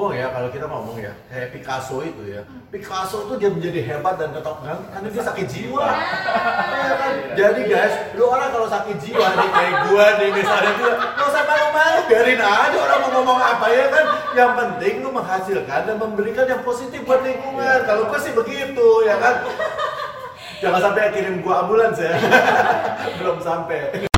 ngomong ya, kalau kita ngomong ya, kayak Picasso itu ya. Picasso tuh dia menjadi hebat dan tetap karena dia sakit jiwa. Ya kan? Jadi guys, lu orang kalau sakit jiwa nih kayak gua nih misalnya juga, nggak usah malu-malu, biarin aja orang mau ngomong apa ya kan. Yang penting lu menghasilkan dan memberikan yang positif buat lingkungan. Kalau gua sih begitu ya kan. Jangan sampai kirim gua ambulans ya. Belum sampai.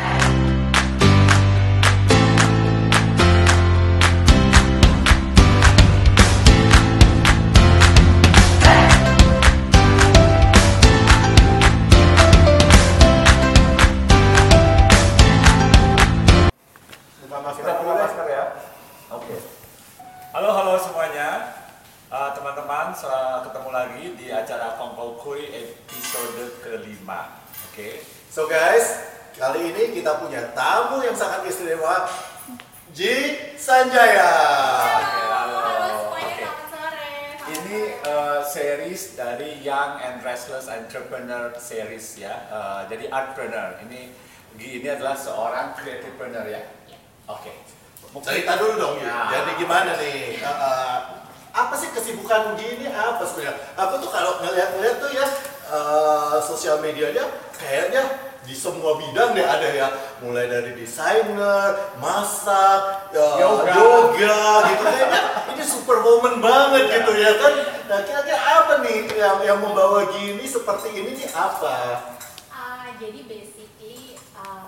Kita buka masker ya. Oke. Halo semuanya. Teman-teman, ketemu lagi di acara Kongko Kui episode kelima. Oke. So guys, kali ini kita punya tamu yang sangat istimewa, Ji Sanjaya. Halo semuanya, selamat sore. Ini series dari Young and Restless Entrepreneur series ya. Jadi artpreneur. Ini adalah seorang creativepreneur ya. Oke. Cerita dulu dong, Ya. jadi gimana nih? Apa sih kesibukan gini apa sebenarnya? Aku tuh kalau ngeliat tuh ya sosial medianya kayaknya di semua bidang deh ada ya, mulai dari desainer, masak, yoga gitu kayaknya ini superwoman banget gitu ya kan? Nah kira-kira apa nih yang membawa gini seperti ini nih apa? Jadi basically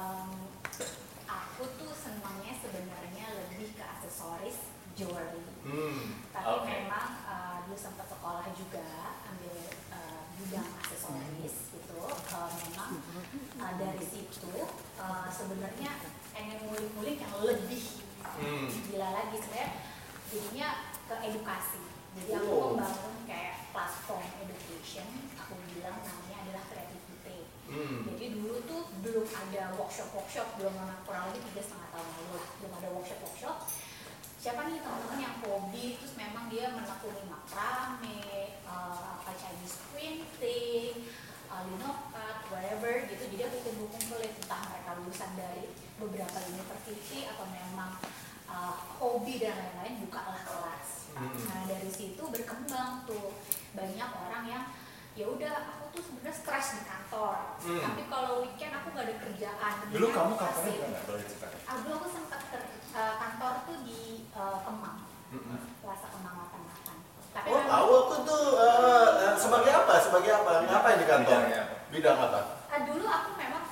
aku tuh senangnya sebenarnya lebih ke aksesoris jewelry. Tapi memang dulu sempat sekolah juga ambil bidang aksesoris gitu. Memang dari situ sebenarnya pengen ngulik-ngulik yang lebih gila lagi sebenarnya, jadinya ke edukasi. Jadi aku membangun kayak platform education, aku bilang namanya adalah Creativity. Jadi dulu tuh belum ada workshop, belum kurang lebih 3,5 tahun lalu belum ada workshop. Siapa nih teman-teman yang hobi terus memang dia menekuni makrame, Chinese printing, linocut, whatever gitu. Jadi aku kumpul entah mereka lulusan dari beberapa university atau memang hobi dan lain-lain, bukalah kelas. Nah dari situ berkembang tuh banyak orang yang ya udah aku tuh sebenarnya stres di kantor, tapi kalau weekend aku gak ada kerjaan. Dulu kamu kantornya di mana? Boleh cerita? Dulu aku sempat kantor tuh di Kemang, Plaza Kemang 88. Tapi Tahu aku tuh sebagai apa? Ngapain di kantor? Bidang apa? Dulu aku memang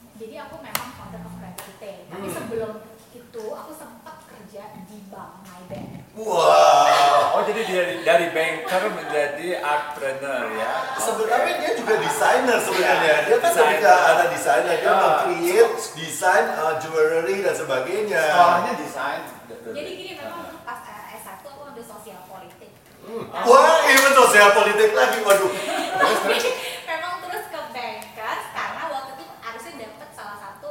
founder of Creativity, tapi sebelum itu aku sempat kerja di bank Maybank. Wow. Oh jadi dari banker menjadi artpreneur ya? Sebenarnya dia juga desainer sebenarnya. Dia kan ketika ada desainer, dia meng-create desain jewelry dan sebagainya. Sekolahnya desain. Jadi gini, memang pas S1 aku ambil sosial politik. Wah, even sosial politik lagi, waduh. Memang terus ke bankers karena waktu itu harusnya dapat salah satu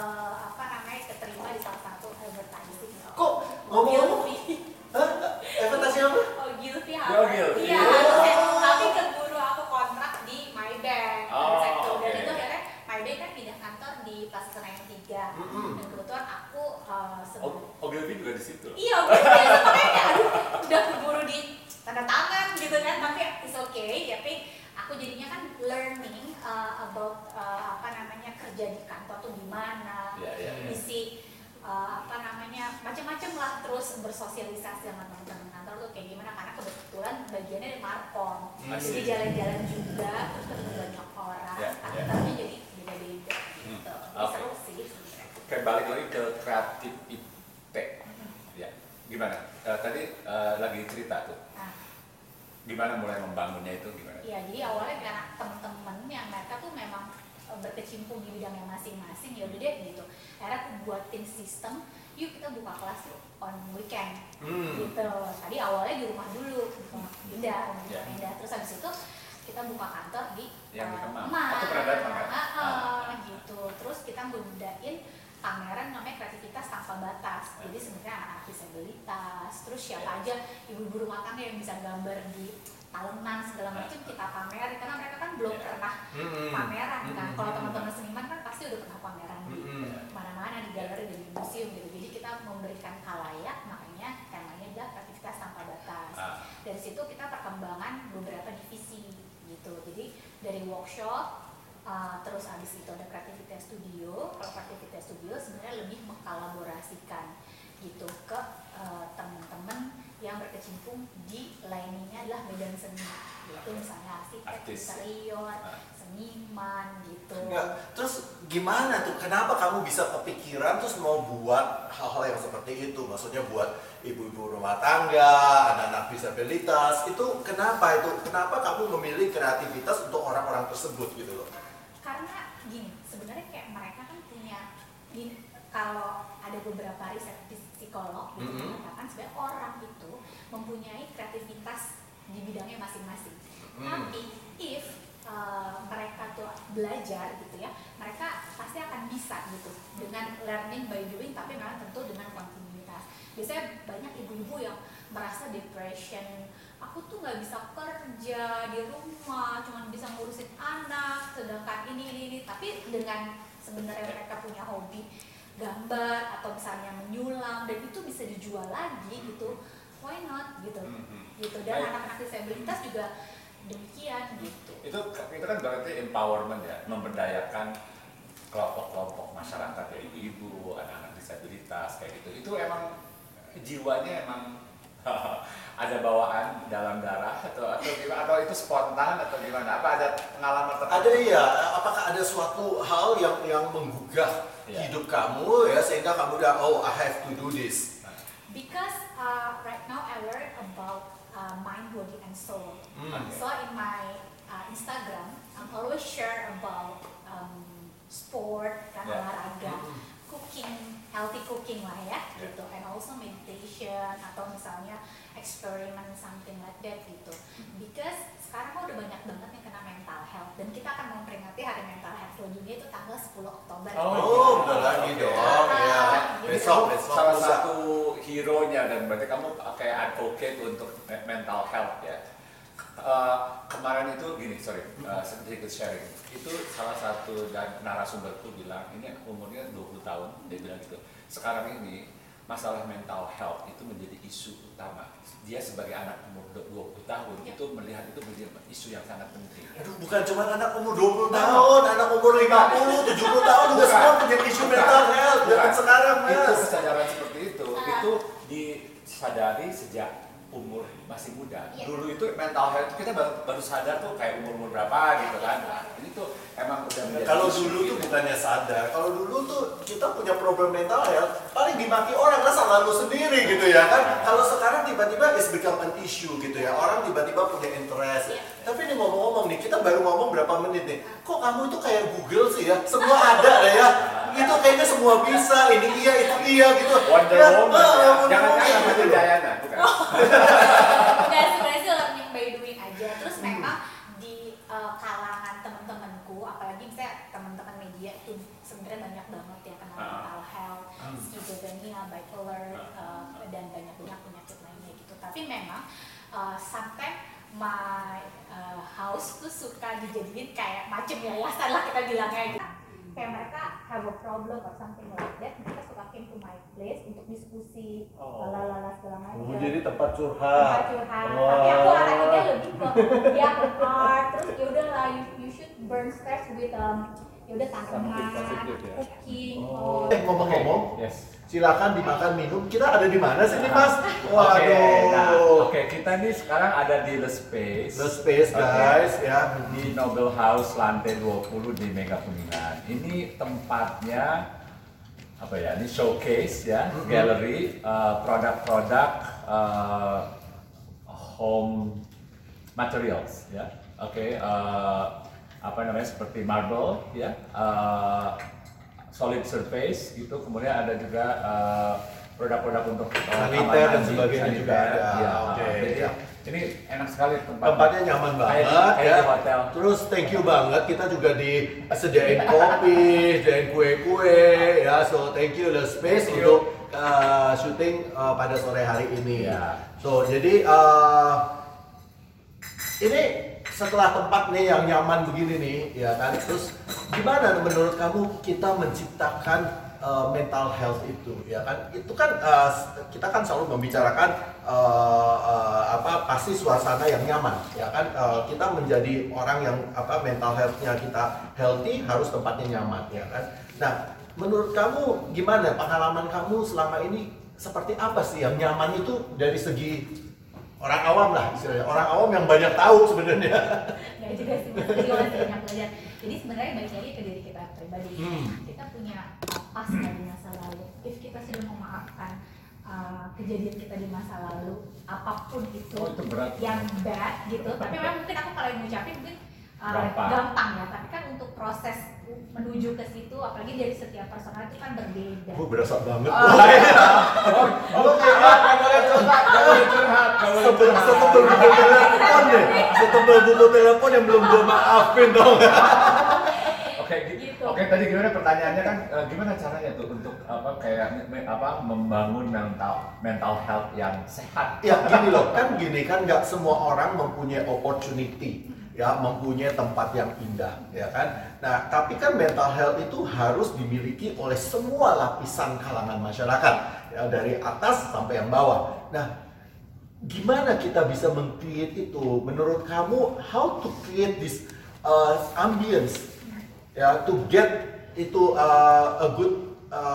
keterima di salah satu advertising. Kok ngomong-ngomong? Advertising apa? Ogilvy. Ogilvy. Iya, harusnya. Tapi keburu aku kontrak di Maybank. Dan itu akhirnya Maybank kan pindah kantor di Plaza Senayan 3. Dan kebetulan aku Ogilvy juga di situ. Iya, makanya udah keburu di tanda tangan gitu kan, tapi it's okay. Tapi aku jadinya kan learning about kerja di kantor tuh gimana, isi macam-macam lah, terus bersosialisasi sama teman-teman kantor tuh kayak gimana, karena kebetulan bagiannya dari markom, jadi jalan-jalan juga, terus ketemu banyak orang, aktivitasnya jadi beda-beda gitu. Seru sih sebenarnya. Oke, balik lagi ke Creativity. Ya, gimana? Tadi lagi cerita tuh. Gimana mulai membangunnya itu gimana? Iya, jadi awalnya karena teman-teman yang mereka tuh memang berkecimpung di bidangnya masing-masing, ya udah deh gitu. Akhirnya aku buatin sistem, yuk kita buka kelas on weekend, gitu. Tadi awalnya di rumah dulu, pindah. Terus habis itu kita buka kantor di Kemang. Kemang. Aku pernah datang kan? Gitu. Terus kita ngebedain pameran namanya Kreativitas Tanpa Batas. Jadi sebenarnya anak-anak disabilitas, terus siapa aja ibu-ibu rumah tangga yang bisa gambar di talenan segala macam kita pamerin, karena mereka kan belum pernah pameran kan. Kalau teman-teman seniman kan pasti udah pernah pameran di mana-mana, di galeri, di museum gitu. Jadi kita memberikan khalayak, makanya temanya adalah Kreativitas Tanpa dari situ kita perkembangan beberapa divisi gitu. Jadi dari workshop, terus habis itu ada Creativity Studio. Kalau Creativity Studio sebenarnya lebih mengkolaborasikan gitu ke teman-teman yang berkecimpung di lainnya adalah medan seni, yaitu misalnya arsitek, interior, seniman gitu. Enggak. Terus gimana tuh? Kenapa kamu bisa kepikiran terus mau buat hal-hal yang seperti itu? Maksudnya buat ibu-ibu rumah tangga, anak-anak disabilitas. Itu kenapa itu? Kenapa kamu memilih kreativitas untuk orang-orang tersebut gitu loh? Karena gini, sebenarnya kayak mereka kan punya gini, kalau ada beberapa riset psikolog gitu mengatakan sebenarnya orang itu mempunyai kreativitas di bidangnya masing-masing. Tapi if mereka tuh belajar gitu ya, mereka pasti akan bisa gitu dengan learning by doing, tapi memang tentu dengan kontinuitas. Biasanya banyak ibu-ibu yang merasa depression, aku tuh nggak bisa kerja di rumah, cuma bisa ngurusin anak, sedangkan ini, tapi dengan sebenarnya mereka punya hobi gambar atau misalnya menyulam dan itu bisa dijual lagi gitu, why not gitu. Dan anak-anak disabilitas juga demikian gitu. Itu kan berarti empowerment ya, memberdayakan kelompok-kelompok masyarakat ya, ibu-ibu, anak-anak disabilitas kayak gitu. Itu emang jiwanya emang ada bawaan dalam darah atau itu spontan atau gimana? Apa ada pengalaman tertentu? Ada ya. Apakah ada suatu hal yang menggugah hidup kamu ya sehingga kamu udah I have to do this? Because right now I learn about mind, body, and soul. So in my Instagram, I'm always share about sport, kan, olahraga, cooking, healthy cooking lah ya, gitu, and also meditation atau misalnya experiment something like that gitu. Because sekarang kan udah banyak banget yang kena mental health dan kita akan memperingati Hari Mental Health Dunia itu tanggal 10 Oktober. Oh, udah lagi dong. Ya. Besok salah satu hero-nya dan berarti kamu kayak advocate untuk mental health ya. Kemarin itu gini, sedikit sharing. Itu salah satu dan narasumberku bilang, ini umurnya 20 tahun, dia bilang gitu. Sekarang ini masalah mental health itu menjadi isu utama. Dia sebagai anak umur 20 tahun itu melihat itu menjadi isu yang sangat penting. Aduh, bukan cuma anak umur 20 tahun, anak umur 50, 70 tahun juga semua punya isu mental health. Dan sekarang itu kesadaran seperti itu disadari sejak umur masih muda. Dulu itu mental health kita baru sadar tuh kayak umur berapa gitu kan. Nah, ini tuh emang udah menjadi kalau isu dulu gitu. tuh bukannya sadar, kalau dulu tuh kita punya problem mental health paling dimaki orang lah, salah lu sendiri gitu ya kan. Kalau sekarang tiba-tiba it's become an issue gitu ya, orang tiba-tiba punya interest. Tapi ini ngomong-ngomong nih, kita baru ngomong berapa menit nih, kok kamu itu kayak Google sih ya, semua ada deh ya. Itu kayaknya semua bisa, ini iya, itu iya gitu. Wonder ya, Woman ya. Jangan-jangan gitu namanya loh. Diana, bukan? Nggak, sebenarnya sih learning by doing aja. Terus memang di kalangan teman-temanku, apalagi misalnya teman-teman media itu sebenarnya banyak banget yang kenal mental health, schizophrenia, bipolar, dan banyak penyakit lainnya gitu. Tapi memang sampai my house tuh suka dijadiin kayak macam yayasan lah kita bilangnya gitu. Kayak mereka have a problem or something like that, mereka suka came to my place untuk diskusi, lalala segala macam. Jadi tempat curhat. Tapi aku arahinnya lebih ke yang art, terus yaudah lah, you should burn stress with yaudah tanaman, cooking. Ngomong-ngomong, Yes. silakan dimakan minum. Kita ada di mana sih nih Mas? Waduh. Oke, kita nih sekarang ada di The Space. The Space guys ya. Di Noble House lantai 20 di Mega Kuningan. Ini tempatnya apa ya? Ini showcase ya, gallery, produk-produk home materials ya. Oke, apa namanya seperti marble ya. Solid surface gitu, kemudian ada juga produk-produk untuk saniter dan sebagainya juga ada. Ya, Oke. jadi ini enak sekali Tempatnya nyaman banget kayak ya. di hotel. Terus thank you banget, kita juga disediain kopi, disediain kue-kue ya. So thank you The Space untuk syuting pada sore hari ini. Ya. So jadi ini setelah tempat nih yang nyaman begini nih ya kan, terus gimana menurut kamu kita menciptakan mental health itu ya kan? Itu kan kita kan selalu membicarakan kasih suasana yang nyaman, ya kan? Kita menjadi orang yang mental health-nya kita healthy, harus tempatnya nyaman, ya kan? Nah, menurut kamu gimana pengalaman kamu selama ini, seperti apa sih yang nyaman itu dari segi orang awam lah istilahnya, orang awam yang banyak tahu sebenarnya. Nggak juga sih, Mas. Jadi masih banyak belajar. Jadi sebenarnya balik lagi ke diri kita pribadi. Kita punya past dari masa lalu. If kita sudah memaafkan kejadian kita di masa lalu, apapun itu, yang bad gitu. Tapi memang mungkin aku kalau yang ngucapin mungkin gampang ya. Tapi kan untuk proses menuju ke situ, apalagi dari setiap personal itu kan berbeda. Gue berasa banget. Setebel buku telepon yang belum gue maafin dong. Oke, tadi gimana pertanyaannya kan, gimana caranya tuh untuk membangun mental health yang sehat? Ya gini kan nggak semua orang mempunyai opportunity, ya, mempunyai tempat yang indah, ya kan. Nah, tapi kan mental health itu harus dimiliki oleh semua lapisan kalangan masyarakat, ya, dari atas sampai yang bawah. Nah, gimana kita bisa meng-create itu? Menurut kamu, how to create this ambience, ya, to get itu a good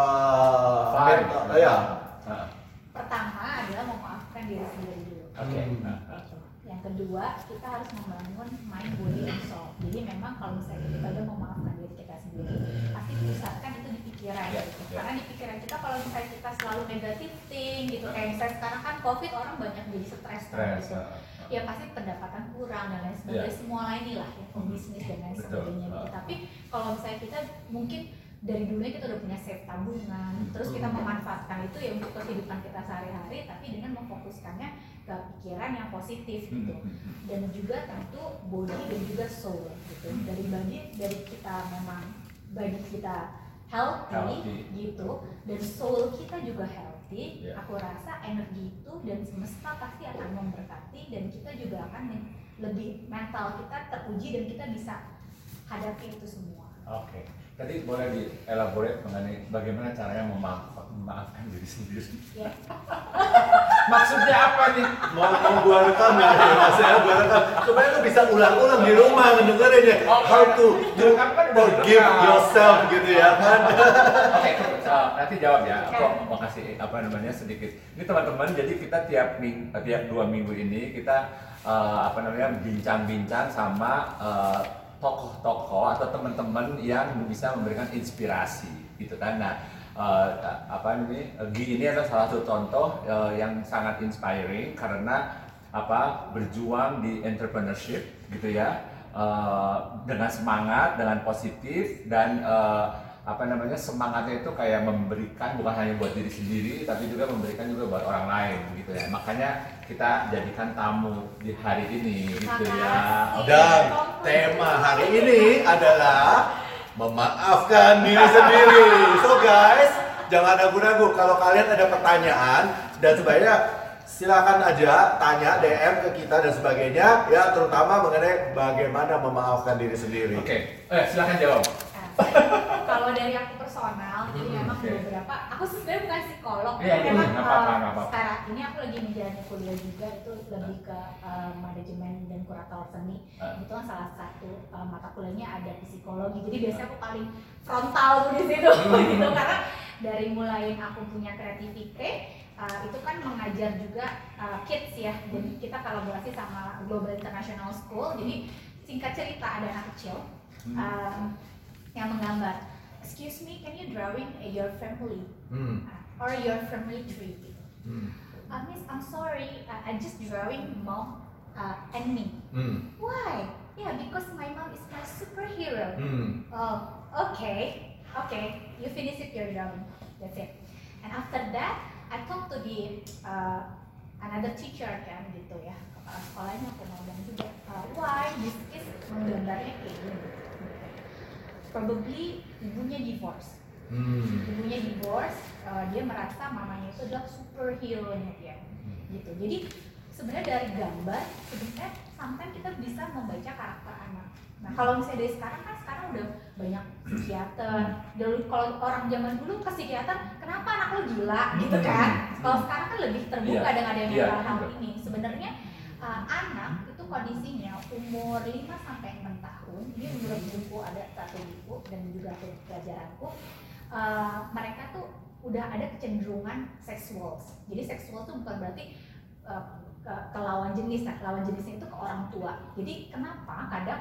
Pertama adalah memaafkan diri sendiri dulu. Yang kedua, kita harus membangun mind, body, and soul. Jadi memang kalau misalnya kita udah memaafkan diri kita sendiri, pasti pusatkan itu di pikiran gitu. Karena di pikiran kita kalau misalnya kita selalu negatif thing gitu, kayak misalnya sekarang kan COVID, orang banyak jadi stres gitu. Ya pasti pendapatan kurang dan lain sebagainya, semua lain lah ya, bisnis dan lain sebagainya gitu. Tapi kalau misalnya kita mungkin dari dulunya kita udah punya save tabungan, terus kita memanfaatkan itu ya untuk kehidupan kita sehari-hari, tapi dengan memfokuskannya ke pikiran yang positif gitu. Dan juga tentu body dan juga soul gitu. Dari kita memang body kita healthy gitu, dan soul kita juga healthy, aku rasa energi itu dan semesta pasti akan memberkati, dan kita juga akan lebih mental kita teruji dan kita bisa hadapi itu semua. Oke. Tadi boleh di-elaborate mengenai bagaimana caranya memaafkan diri sendiri. Yeah. Maksudnya apa nih? Mau gua rekam ya, Mas ya, gua rekam. Supaya lu bisa ulang-ulang di rumah ngedengerin ya. How to forgive yourself gitu ya kan. Oke, nanti jawab ya. Aku mau kasih sedikit. Ini teman-teman, jadi kita tiap 2 minggu ini kita bincang-bincang sama tokoh-tokoh atau teman-teman yang bisa memberikan inspirasi gitu kan. Nah, Gi ini adalah salah satu contoh yang sangat inspiring karena berjuang di entrepreneurship gitu ya, dengan semangat, dengan positif, dan semangatnya itu kayak memberikan bukan hanya buat diri sendiri tapi juga memberikan juga buat orang lain gitu ya. Makanya kita jadikan tamu di hari ini gitu ya. Dan tema hari ini adalah memaafkan diri sendiri. So guys, jangan ragu-ragu kalau kalian ada pertanyaan dan sebagainya, silakan aja tanya DM ke kita dan sebagainya ya, terutama mengenai bagaimana memaafkan diri sendiri. Oke. Silakan jawab. Kalau dari aku personal, jadi memang beberapa, aku sebenarnya bukan psikolog, memang sekarang ini aku lagi menjalani kuliah juga, itu lebih ke manajemen dan kurator seni. Itu kan salah satu mata kuliahnya ada psikologi, jadi biasanya aku paling frontal tuh di situ, gitu. Karena dari mulai aku punya kreativiti, itu kan mengajar juga kids ya, dan kita kolaborasi sama Global International School. Jadi singkat cerita, ada anak kecil yang menggambar, excuse me, can you drawing your family or your family tree? Miss, I'm sorry, I just drawing mom and me. Why? Yeah, because my mom is my superhero. Oh, okay, you finish it your drawing. That's it. And after that, I talk to the another teacher kan gitu ya, kepala sekolahnya, aku mau bilang juga, why this is menggambarnya kayak gini. Probably ibunya divorce. Ibunya divorce, dia merasa mamanya itu adalah superhero-nya dia. Gitu. Jadi sebenarnya dari gambar, sebenarnya sometimes kita bisa membaca karakter anak. Nah, kalau misalnya dari sekarang kan sekarang udah banyak psikiater. Dulu kalau orang zaman dulu ke psikiater, kenapa anak lo gila gitu kan? Kalau sekarang kan lebih terbuka dengan adanya hal-hal ini. Sebenarnya anak itu kondisinya umur 5 sampai 6 tahun, ini menurut buku, ada satu buku dan juga ada pelajaranku, mereka tuh udah ada kecenderungan seksual. Jadi seksual tuh bukan berarti ke lawan jenis, lawan jenisnya itu ke orang tua. Jadi kenapa kadang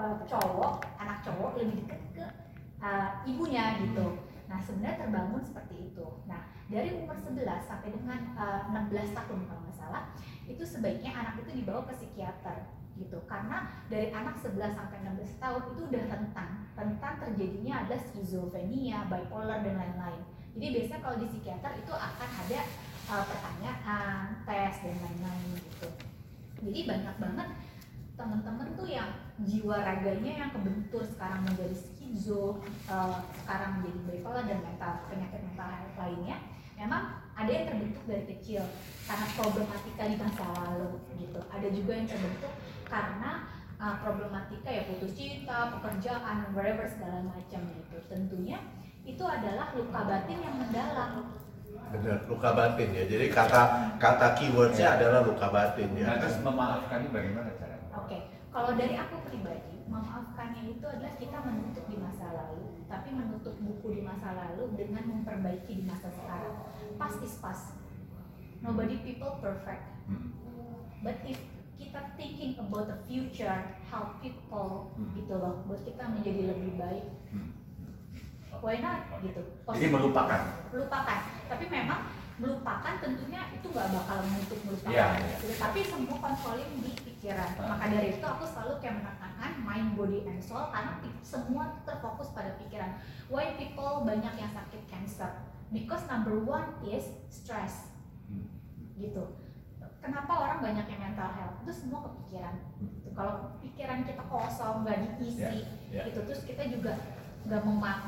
anak cowok lebih dekat ke ibunya gitu. Nah sebenarnya terbangun seperti itu. Nah dari umur 11 sampai dengan 16 tahun kalau nggak salah, itu sebaiknya anak itu dibawa ke psikiater gitu. Karena dari anak 11 sampai 16 tahun itu udah rentan terjadinya ada skizofrenia, bipolar dan lain-lain. Jadi biasanya kalau di psikiater itu akan ada pertanyaan, tes dan lain-lain gitu. Jadi banyak banget teman-teman tuh yang jiwa raganya yang kebentur sekarang menjadi skizo, sekarang menjadi bipolar dan penyakit mental lainnya, memang ada yang terbentuk dari kecil karena problematika di masa lalu gitu. Ada juga yang terbentuk karena problematika ya putus cinta, pekerjaan, whatever segala macam gitu. Tentunya itu adalah luka batin yang mendalam. Benar, luka batin ya. Jadi kata keywordnya adalah luka batin ya. Nah, terus memaafkannya bagaimana caranya? Oke, kalau dari aku pribadi, memaafkannya itu adalah kita menutup di masa lalu, tapi menutup buku di masa lalu dengan memperbaiki di masa sekarang. Past is past. Nobody people perfect. But if kita thinking about the future, how people gitu loh, buat kita menjadi lebih baik. Why not gitu? Jadi melupakan. Tapi memang melupakan tentunya itu nggak bakal menutup melupakan. Yeah. Tapi semua controlling di pikiran. Maka dari itu aku selalu kayak menekankan mind, body, and soul karena semua terfokus pada pikiran. Why people banyak yang sakit cancer? Because number one is stress. Gitu. Kenapa orang banyak yang mental health? Itu semua kepikiran. Gitu. Kalau pikiran kita kosong, nggak diisi, gitu, terus kita juga nggak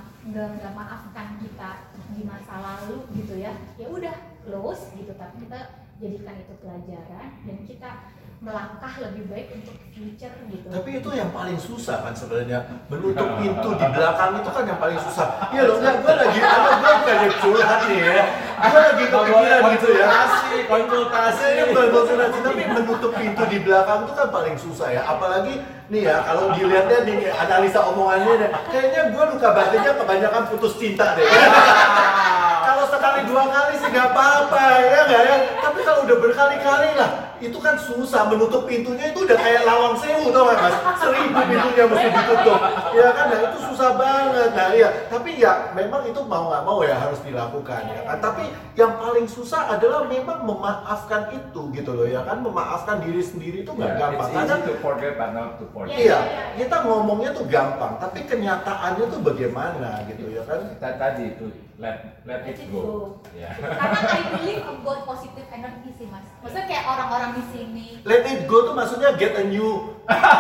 maafkan kita di masa lalu gitu ya udah close gitu, tapi kita jadikan itu pelajaran dan kita melangkah lebih baik untuk future gitu. Tapi itu yang paling susah kan sebenarnya, menutup pintu di belakang itu kan yang paling susah. Iya loh, gue bukan curhat nih ya, gue lagi kepikiran gitu ya. Konsultasi, tapi menutup pintu di belakang itu kan paling susah ya. Apalagi nih ya, kalau dilihatnya nih analisa omongannya deh, kayaknya gue luka batinnya kebanyakan putus cinta deh. Kalau sekali dua kali sih nggak apa-apa ya nggak ya. Tapi kalau udah berkali-kali lah, itu kan susah. Menutup pintunya itu udah kayak lawang sewu tau gak mas? 1000 pintunya mesti ditutup. Ya kan, nah itu susah banget. Nah iya, tapi ya memang itu mau nggak mau ya harus dilakukan ya kan. Tapi yang paling susah adalah memang memaafkan itu gitu loh ya kan. Memaafkan diri sendiri itu nggak gampang. Karena to forget but not to forget. Iya, kita ngomongnya tuh gampang, tapi kenyataannya tuh bagaimana gitu ya kan? Tadi itu let it go. Ya. Karena I believe about positive energy sih mas. Maksudnya kayak orang-orang di sini. Let it go tuh maksudnya get a new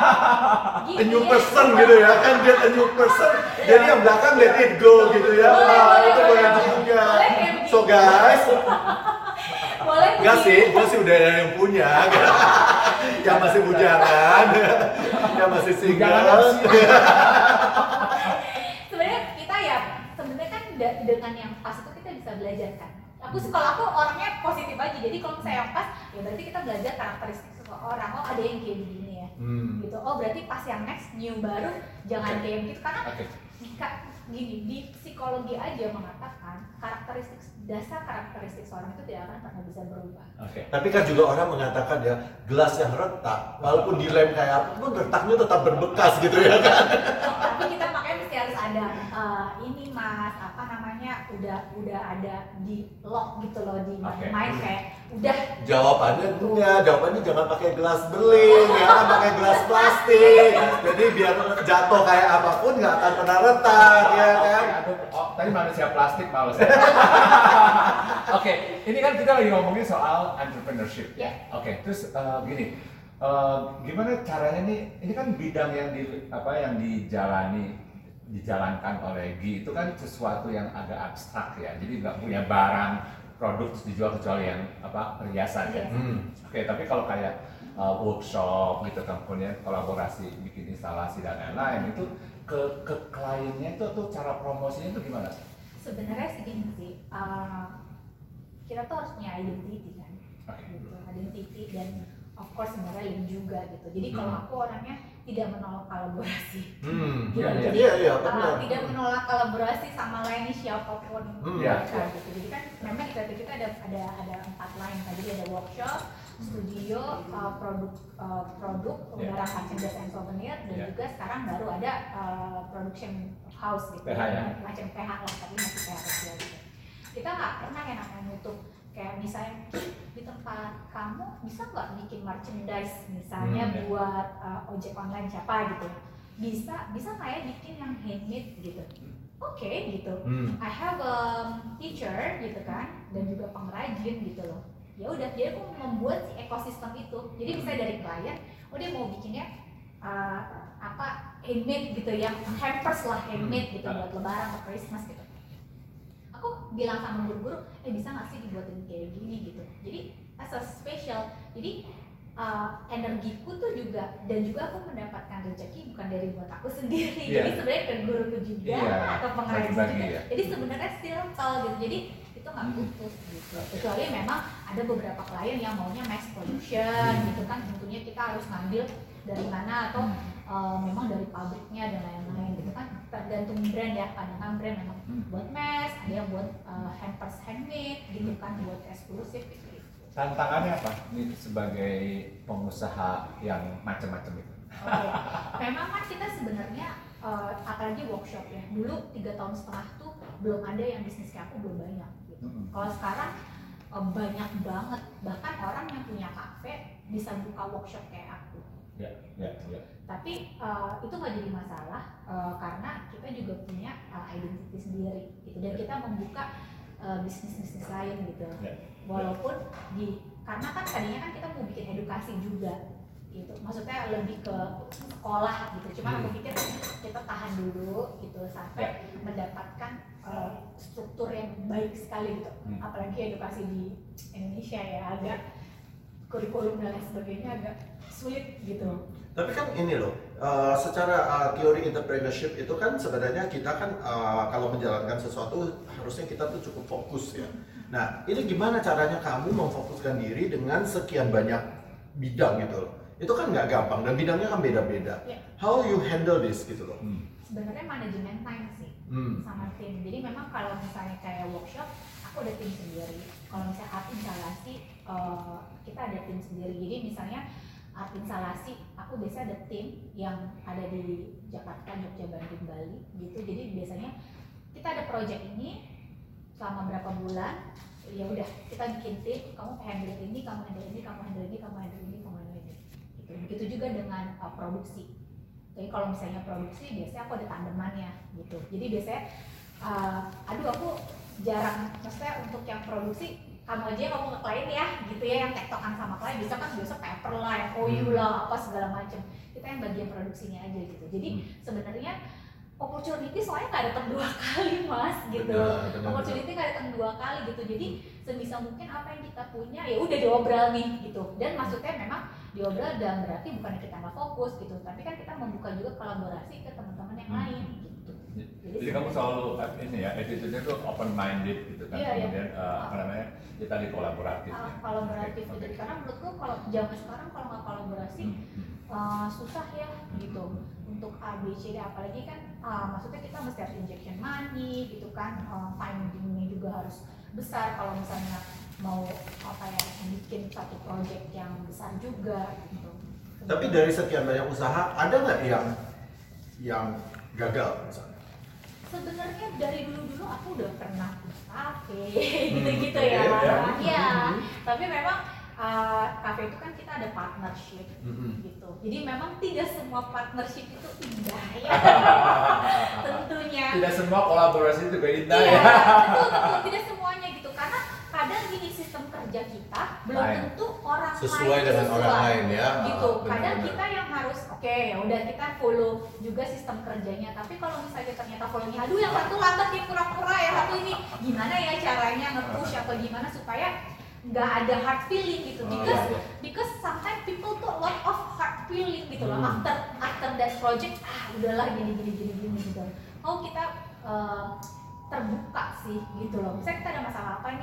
person gitu ya kan, get a new person. Jadi yang belakang let it go gitu ya. Itu boleh juga. So guys, enggak sih, gue sih udah ada yang punya. Yang masih bujangan, yang masih single. Sebenarnya kita ya, kan dengan yang pas itu kita bisa belajar kan. Kalau aku orangnya positif aja, jadi kalau saya yang pas, ya berarti kita belajar karakteristik seseorang. Oh ada yang kayak begini ya, gitu. Oh berarti pas yang next new baru jangan kayak begitu karena gini di psikologi aja mengatakan dasar karakteristik seorang itu tidak akan pernah bisa berubah. Tapi kan juga orang mengatakan ya gelas yang retak, walaupun dilem kayak apapun retaknya tetap berbekas gitu ya kan. Tapi kita makanya mesti harus ada ini mas, apa namanya udah ada di lock gitu loh di mind kayak udah. Jawabannya jangan pakai gelas beling, jangan pakai gelas plastik. Jadi biar jatuh kayak apapun nggak akan pernah retak ya kan. Tadi manusia plastik males. Oke, ini kan kita lagi ngomongin soal entrepreneurship ya. Oke, terus gini, gimana caranya nih? Ini kan bidang yang dijalankan oleh Gi itu kan sesuatu yang agak abstrak ya. Jadi nggak punya barang produk terus dijual kecuali yang perhiasan ya. Oke, tapi kalau kayak workshop gitu kan, kemudian kolaborasi bikin instalasi dan lain-lain itu ke kliennya itu tuh cara promosinya itu gimana? Sebenarnya segini sih, kita tuh harus punya identity kan, gitu. Identity dan of course sebenarnya link juga gitu. Jadi kalau aku orangnya tidak menolak kolaborasi. Jadi tidak menolak kolaborasi sama lainnya siapapun gitu. Jadi kan memang kita ada 4 line kan. Jadi ada workshop, studio, produk udara merchandise and souvenir, dan juga sekarang baru ada production house gitu. Macam PH lah, tapi masih PH kecil gitu. Kita nggak pernah yang namanya nutup. Kayak misalnya di tempat kamu bisa nggak bikin merchandise misalnya buat ojek online siapa gitu, bisa nggak ya bikin yang handmade gitu. Oke, gitu. I have a teacher gitu kan, dan juga pengrajin gitu loh. Ya udah, jadi aku membuat si ekosistem itu. Jadi bisa dari klien, dia mau bikinnya handmade gitu, yang hampers lah handmade gitu buat lebaran atau Christmas gitu. Aku bilang sama guru-guru, bisa nggak sih dibuatin kayak gini gitu. Jadi as a special, jadi energiku tuh juga, dan juga aku mendapatkan rezeki bukan dari buat aku sendiri. Jadi sebenarnya ke guruku juga atau pengrajin juga. Jadi sebenarnya circle gitu. Jadi itu nggak putus gitu. Kecuali memang ada beberapa klien yang maunya mass production gitu kan, tentunya kita harus ngambil dari mana atau memang dari pabriknya dan lain-lain gitu kan, tergantung brand ya. Kadang-kadang brand memang buat mass, ada yang buat hampers handmade gitu kan, buat eksklusif gitu. Tantangannya apa nih sebagai pengusaha yang macam-macam itu? Memang kan kita sebenarnya apalagi workshop ya, dulu 3,5 tahun tuh belum ada yang bisnis kayak aku, belum banyak gitu. Kalau sekarang banyak banget, bahkan orang yang punya kafe bisa buka workshop kayak aku. Tapi itu nggak jadi masalah karena kita juga punya identity sendiri gitu, dan kita membuka bisnis-bisnis lain gitu. Walaupun karena kan tadinya kan kita mau bikin edukasi juga gitu, maksudnya lebih ke sekolah gitu. Cuma aku pikir kita tahan dulu gitu sampai mendapatkan struktur yang baik sekali gitu. Apalagi edukasi di Indonesia ya, agak kurikulum dan lain sebagainya agak sulit gitu. Tapi kan ini loh, secara teori entrepreneurship itu kan sebenarnya kita kan kalau menjalankan sesuatu harusnya kita tuh cukup fokus ya. Nah, ini gimana caranya kamu memfokuskan diri dengan sekian banyak bidang gitu loh? Itu kan nggak gampang dan bidangnya kan beda-beda. How you handle this gitu loh? Sebenarnya manajemen time sih sama tim. Jadi memang kalau misalnya kayak workshop, aku ada tim sendiri. Kalau misalnya art instalasi, kita ada tim sendiri. Jadi misalnya art instalasi, aku biasanya ada tim yang ada di Jakarta, Jogja, Bandung, Bali gitu. Jadi biasanya kita ada project ini selama berapa bulan, ya udah kita bikin tim, kamu handle ini, kamu handle ini, kamu handle ini, kamu handle ini, kamu handle ini gitu. Begitu juga dengan produksi. Jadi kalau misalnya produksi, biasanya aku ada tandemannya gitu. Jadi biasanya aku jarang, maksudnya untuk yang produksi kamu aja yang ngomong ke klien ya gitu ya, yang tektokan sama klien biasa paper lah, MOU lah, apa segala macam. Kita yang bagian produksinya aja gitu. Jadi sebenarnya opportunity soalnya nggak datang 2 kali mas gitu. Opportunity nggak datang 2 kali gitu. Jadi sebisa mungkin apa yang kita punya ya udah diobral nih gitu. Dan maksudnya memang diobral dan berarti bukan kita nggak fokus gitu, tapi kan kita membuka juga kolaborasi ke teman-teman yang lain gitu. Jadi kamu selalu ini ya, attitude-nya tuh open minded gitu kan. Kemudian apa namanya, kita kolaboratif. Kolaboratif gitu. Karena menurutku kalau zaman sekarang kalau nggak kolaborasi susah ya gitu untuk ABCD, apalagi kan maksudnya kita mesti harus injection money gitu kan, fundingnya juga harus besar kalau misalnya mau bikin satu project yang besar juga gitu. Tapi dari sekian banyak usaha ada nggak yang gagal misalnya? Sebenarnya dari dulu aku udah pernah kafe gitu-gitu ya. Tapi memang kafe itu kan kita ada partnership gitu. Jadi memang tidak semua partnership itu indah ya. Tentunya. Tidak semua kolaborasi itu indah ya. Betul, tidak semuanya gitu. Karena kadang gini, sistem kerja kita belum tentu orang sesuai lain dengan orang lain ya. Gitu. Kadang kita yang harus ya udah kita follow juga sistem kerjanya. Tapi kalau misalnya ternyata follow-nya, aduh yang satu lambat dia pura-pura, ya satu ini gimana ya caranya nge-push apa gimana supaya nggak ada hard feeling gitu, because sometimes people tuh lot of hard feeling gitu loh after that project, udahlah gini gitu. Kita terbuka sih gitu loh, misalnya kita ada masalah apa nih,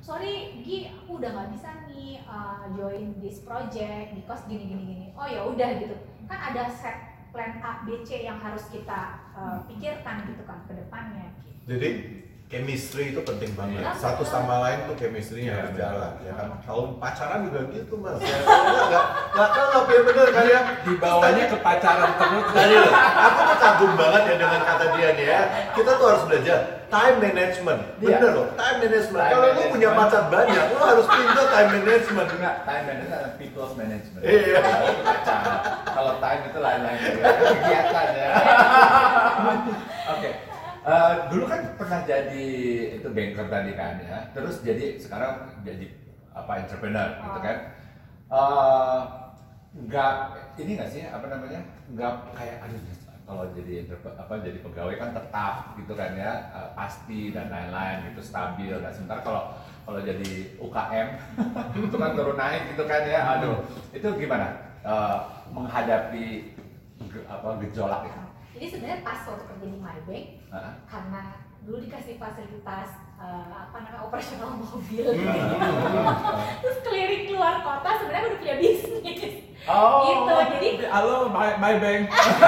sorry Gi, aku udah nggak bisa nih join this project because gini. Oh ya udah gitu. Kan ada set plan A, B, C yang harus kita pikirkan gitu kan ke depannya. Jadi chemistry itu penting banget. Satu sama lain tuh chemistry-nya harus jalan, ya kan. Kalau pacaran juga gitu mas. Ya, nggak kelop ya bener kan ya. Dibawanya ke pacaran terus. Jadi aku tuh kagum banget ya dengan kata dia nih ya. Kita tuh harus belajar time management. Bener loh, time management. Kalau lu punya pacar banyak, lu harus pintar time management. Enggak, time management adalah people's management. Iya. Pacaran. Kalau time itu lain-lain kegiatan ya. Oke. Dulu kan pernah jadi itu banker tadi kan ya, terus jadi sekarang jadi entrepreneur gitu kan. Nggak sih nggak kayak kalau jadi jadi pegawai kan tetap gitu kan ya, pasti dan lain-lain gitu, stabil. Dan sementara kalau jadi UKM itu kan turun naik gitu kan ya. Itu gimana menghadapi gejolak itu? Jadi sebenarnya pas waktu kerja di Maybank, karena dulu dikasih fasilitas operasional mobil, terus keliling keluar kota, sebenarnya udah punya bisnis. Gitu. Jadi halo Maybank.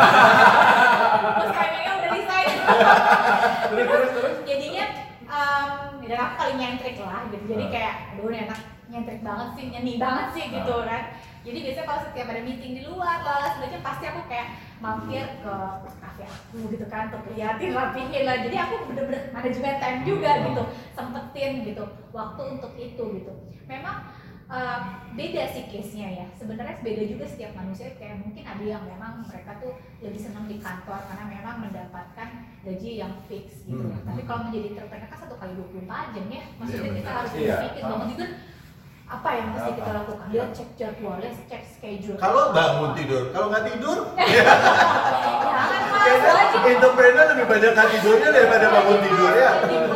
terus kayaknya udah resign. terus jadinya dan aku paling nyentrik lah gitu. Jadi kayak aduh ini enak, nyentrik banget sih, nyeni banget sih gitu kan. Jadi biasanya kalau setiap ada meeting di luar sebagainya pasti aku kayak mampir ke kafe aku gitu kan, untuk liatin, rapihin lah. Jadi aku bener-bener manajemen time juga gitu, sempetin gitu waktu untuk itu gitu. Memang beda sih case-nya ya. Sebenarnya beda juga setiap manusia. Kayak mungkin ada yang memang mereka tuh lebih senang di kantor karena memang mendapatkan gaji yang fix gitu. Tapi kalau menjadi entrepreneur kan 1 kali 24 jam ya. Maksudnya kita harus berpikir bangun juga apa yang mesti kita lakukan. Dia cek jadwalnya, cek schedule. Kalau bangun tidur, kalau nggak tidur, jangan mas. Entrepreneur lebih banyak tidurnya daripada bangun tidur ya.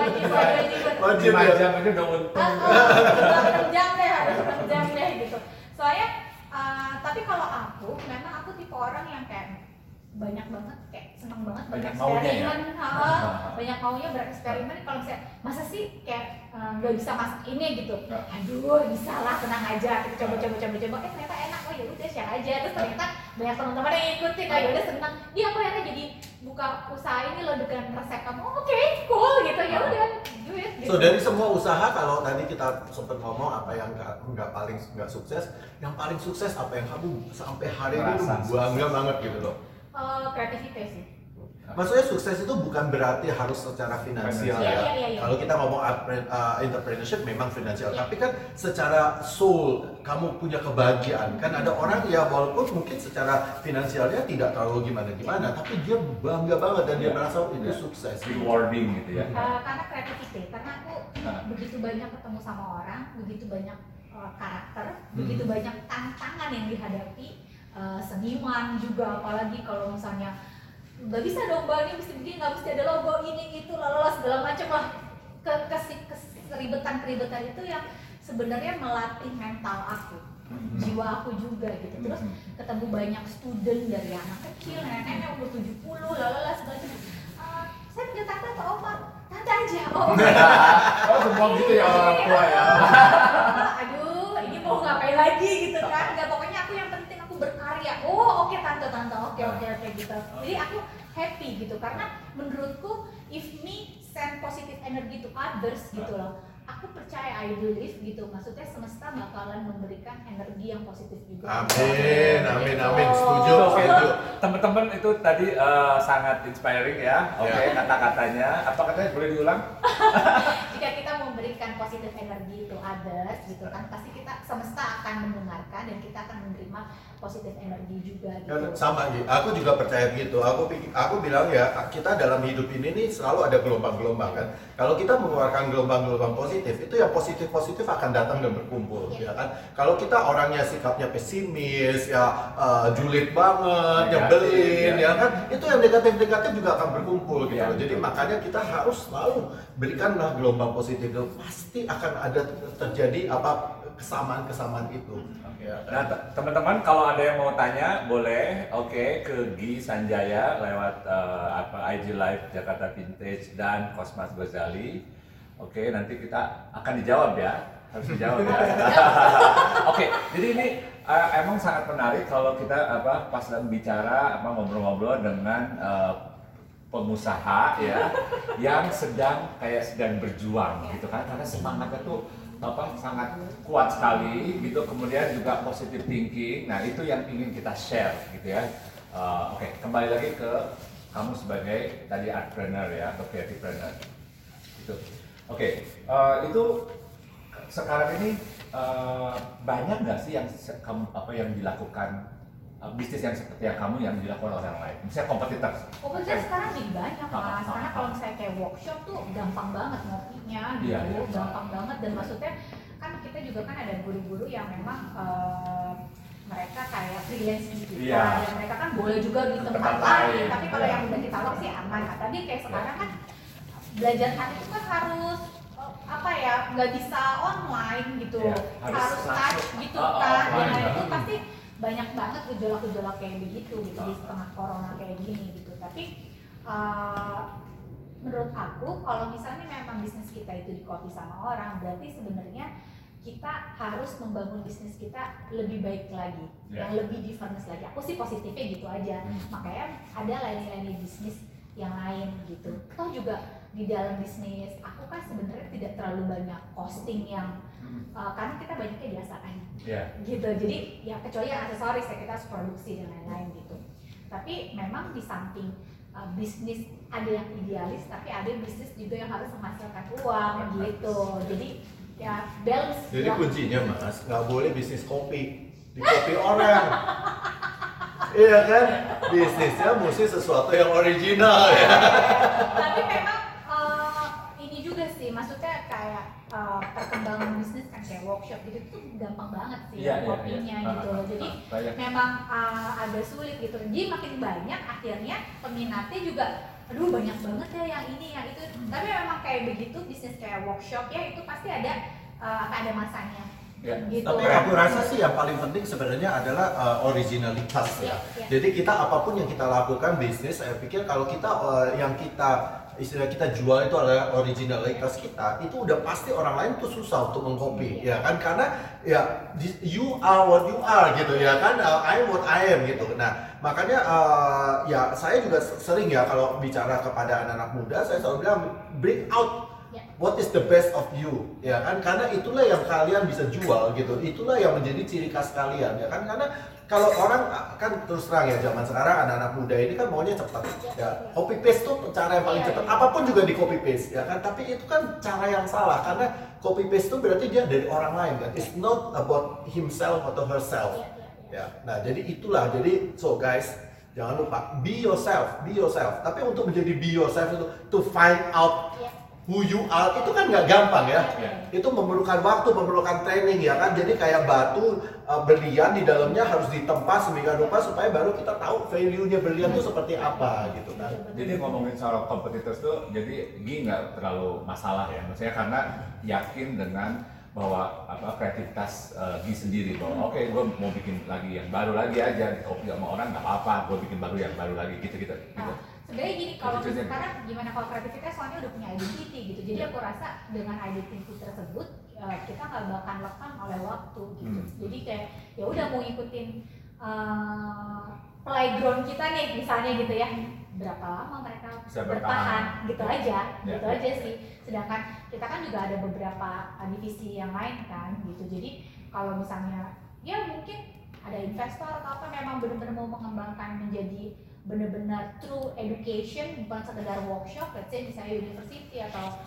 Wajib 5 jam aja udah untung. 6 jam deh, harus 6 jam deh gitu. Soalnya, tapi kalau aku, memang aku tipe orang yang kayak banyak banget, kayak seneng banget banyak maunya ya? Banyak maunya bereksperimen. Kalau misalnya, masa sih kayak nggak bisa masak ini gitu, aduh bisa lah, tenang aja, kita coba, ternyata enak, oh ya udah share aja. Terus ternyata banyak teman-teman yang ikutin, ya udah seneng. Dia aku akhirnya jadi buka usaha ini loh dengan resep kamu, oke, cool gitu, ya udah, do it. Gitu. So dari semua usaha, kalau tadi kita sempat ngomong apa yang nggak sukses, yang paling sukses apa yang kamu sampai hari ini bangga banget gitu loh? Kreativitas sih. Maksudnya sukses itu bukan berarti harus secara finansial ya. Iya. Kalau kita ngomong entrepreneurship memang finansial, tapi kan secara soul kamu punya kebahagiaan. Kan ada orang ya walaupun mungkin secara finansialnya tidak terlalu gimana, tapi dia bangga banget dan dia merasa itu sukses. Rewarding gitu ya. Karena kreativitas, karena aku begitu banyak ketemu sama orang, begitu banyak karakter, begitu banyak tantangan yang dihadapi, seniman juga, apalagi kalau misalnya nggak bisa domba ini mesti begini, nggak mesti ada logo ini itu lalala segala macam lah, keribetan itu yang sebenarnya melatih mental aku, jiwa aku juga gitu. Terus ketemu banyak student dari anak kecil, nenek umur 70, lalala segala macam. Saya punya tante atau oma? Tante aja. Oh semua gitu ya orang tua ya. Aduh, ini mau ngapain lagi gitu kan? Nggak, pokoknya aku yang penting aku berkarya. Oh oke, tante, oke gitu. Jadi aku happy gitu karena menurutku if me send positive energy to others gitu loh. Aku percaya, I believe gitu, maksudnya semesta bakalan memberikan energi yang positif juga. Amin, setuju. Teman-teman itu tadi sangat inspiring ya. Oke, kata-katanya. Apa katanya boleh diulang? Jika kita memberikan positive energy to others gitu kan, pasti kita semesta akan mendengarkan dan kita akan menerima positive energy juga gitu. Sama gitu. Aku juga percaya gitu. Aku bilang ya, kita dalam hidup ini nih selalu ada gelombang-gelombang kan. Kalau kita mengeluarkan gelombang-gelombang positif, itu yang positif akan datang dan berkumpul, ya kan. Kalau kita orangnya sikapnya pesimis, ya julid banget, nyebelin, ya kan, itu yang negatif juga akan berkumpul gitu. Jadi makanya kita harus selalu berikanlah gelombang positif. Pasti akan ada terjadi kesamaan itu. Nah teman-teman kalau ada yang mau tanya boleh ke Gi Sanjaya lewat IG Live Jakarta Vintage dan Cosmas Ghazali. Oke, nanti kita akan dijawab ya, harus dijawab ya. Oke, jadi ini emang sangat menarik kalau kita pas sedang bicara ngobrol-ngobrol dengan pengusaha ya yang sedang berjuang gitu kan, karena semangatnya tuh sangat kuat sekali gitu, kemudian juga positive thinking. Nah itu yang ingin kita share gitu ya. Oke, kembali lagi ke kamu sebagai tadi artpreneur ya atau creativepreneur gitu. Oke, itu sekarang ini banyak nggak sih yang kamu yang dilakukan bisnis yang seperti yang kamu yang dilakukan orang lain? Misalnya kompetitor. Kompetitor sekarang jadi banyak mas, karena kalau misalnya kayak workshop tuh gampang banget ngopinya gitu, gampang banget, dan maksudnya kan kita juga kan ada guru-guru yang memang mereka kayak freelance gitu, dan mereka kan boleh juga di tempat lain, tapi kalau yang udah kita lock sih aman. Nah, tadi kayak sekarang kan belajar art itu kan harus nggak bisa online gitu, harus touch gitu kan, dan itu pasti banyak banget gejolak-gejolak kayak begitu gitu di tengah corona kayak gini gitu. Tapi menurut aku kalau misalnya memang bisnis kita itu di-copy sama orang, berarti sebenarnya kita harus membangun bisnis kita lebih baik lagi, yang lebih diverse lagi. Aku sih positifnya gitu aja. Makanya ada lain-lain bisnis yang lain gitu. Toh juga di dalam bisnis aku kan sebenarnya tidak terlalu banyak costing yang karena kita banyaknya biasa kan, gitu. Jadi ya kecuali yang aksesoris ya kita harus produksi dan lain-lain gitu. Tapi memang di samping bisnis ada yang idealis, tapi ada bisnis juga yang harus menghasilkan uang gitu. Jadi ya balance. Jadi kuncinya mas, nggak boleh bisnis kopi, di kopi orang. Iya kan, bisnisnya mesti sesuatu yang original ya. Tapi memang ini juga sih, maksudnya kayak perkembangan bisnis kan kayak workshop gitu tuh gampang banget sih kopinya gitu. Jadi memang agak sulit gitu. Jadi makin banyak akhirnya peminatnya juga, aduh banyak banget ya yang ini yang itu. Tapi memang kayak begitu bisnis kayak workshop ya itu pasti ada masanya. Gitu. Tapi aku rasa sih yang paling penting sebenarnya adalah originalitas ya. Jadi kita apapun yang kita lakukan bisnis, saya pikir kalau kita yang istilah kita jual itu adalah originalitas kita, itu udah pasti orang lain tuh susah untuk mengcopy ya kan, karena ya you are what you are gitu ya kan, I am what I am gitu. Nah makanya ya saya juga sering ya kalau bicara kepada anak-anak muda, saya selalu bilang bring out what is the best of you, ya kan? Karena itulah yang kalian bisa jual gitu. Itulah yang menjadi ciri khas kalian, ya kan? Karena kalau orang kan terus terang ya zaman sekarang anak-anak muda ini kan maunya cepat, ya. Copy paste tuh cara yang paling cepat. Apapun juga di copy paste, ya kan? Tapi itu kan cara yang salah karena copy paste itu berarti dia dari orang lain kan. It's not about himself atau herself. Ya. Nah, jadi itulah. Jadi so guys, jangan lupa be yourself, be yourself. Tapi untuk menjadi be yourself itu to find out who you are itu kan nggak gampang ya. Itu memerlukan waktu, memerlukan training ya kan. Jadi kayak batu berlian di dalamnya harus ditempa sedemikian rupa supaya baru kita tahu value-nya berlian itu seperti apa gitu kan. Jadi ngomongin soal competitors tuh, jadi Gi nggak terlalu masalah ya. Maksudnya karena yakin dengan bahwa kreativitas Gi sendiri bahwa oke, gue mau bikin lagi yang baru lagi aja, di copy sama orang nggak apa-apa, gue bikin baru yang baru lagi gitu. Sebenarnya gini, kalau sekarang gimana kalau kreativitas soalnya udah punya identity gitu. Jadi aku rasa dengan identity tersebut kita nggak bakal lekang oleh waktu gitu. Jadi kayak ya udah mau ngikutin playground kita nih misalnya gitu ya. Berapa lama mereka bertahan gitu aja, gitu aja sih. Sedangkan kita kan juga ada beberapa divisi yang lain kan gitu. Jadi kalau misalnya ya mungkin ada investor atau apa memang benar-benar mau mengembangkan menjadi benar-benar true education, bukan sekedar workshop, let's say misalnya university atau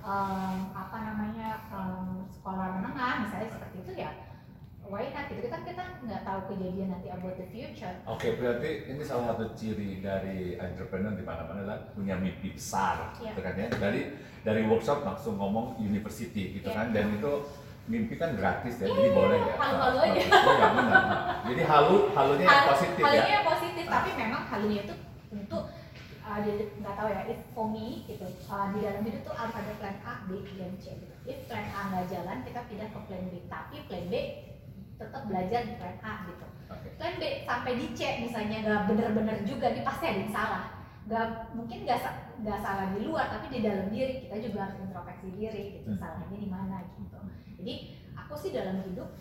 sekolah menengah misalnya seperti itu ya, why not gitu. Kita nggak tahu kejadian nanti about the future. Oke, berarti ini salah satu ciri dari entrepreneur di mana-mana adalah punya mimpi besar, gitu kan ya. Dari workshop langsung ngomong university gitu kan, dan itu mimpi kan gratis ya, jadi boleh ya. Halu-halu aja. Ya, benar. Jadi halunya yang positif ya. Halunya yang positif, tapi memang halunya itu untuk nggak tahu ya, if for me gitu, di dalam hidup tuh harus ada plan A, B, dan C gitu. If plan A nggak jalan, kita pindah ke plan B, tapi plan B tetap belajar di plan A gitu. Plan B sampai di C misalnya nggak bener-bener juga, nih pasti ada yang salah. mungkin nggak salah di luar, tapi di dalam diri kita juga harus introspeksi diri gitu, salahnya di mana gitu. Jadi aku sih dalam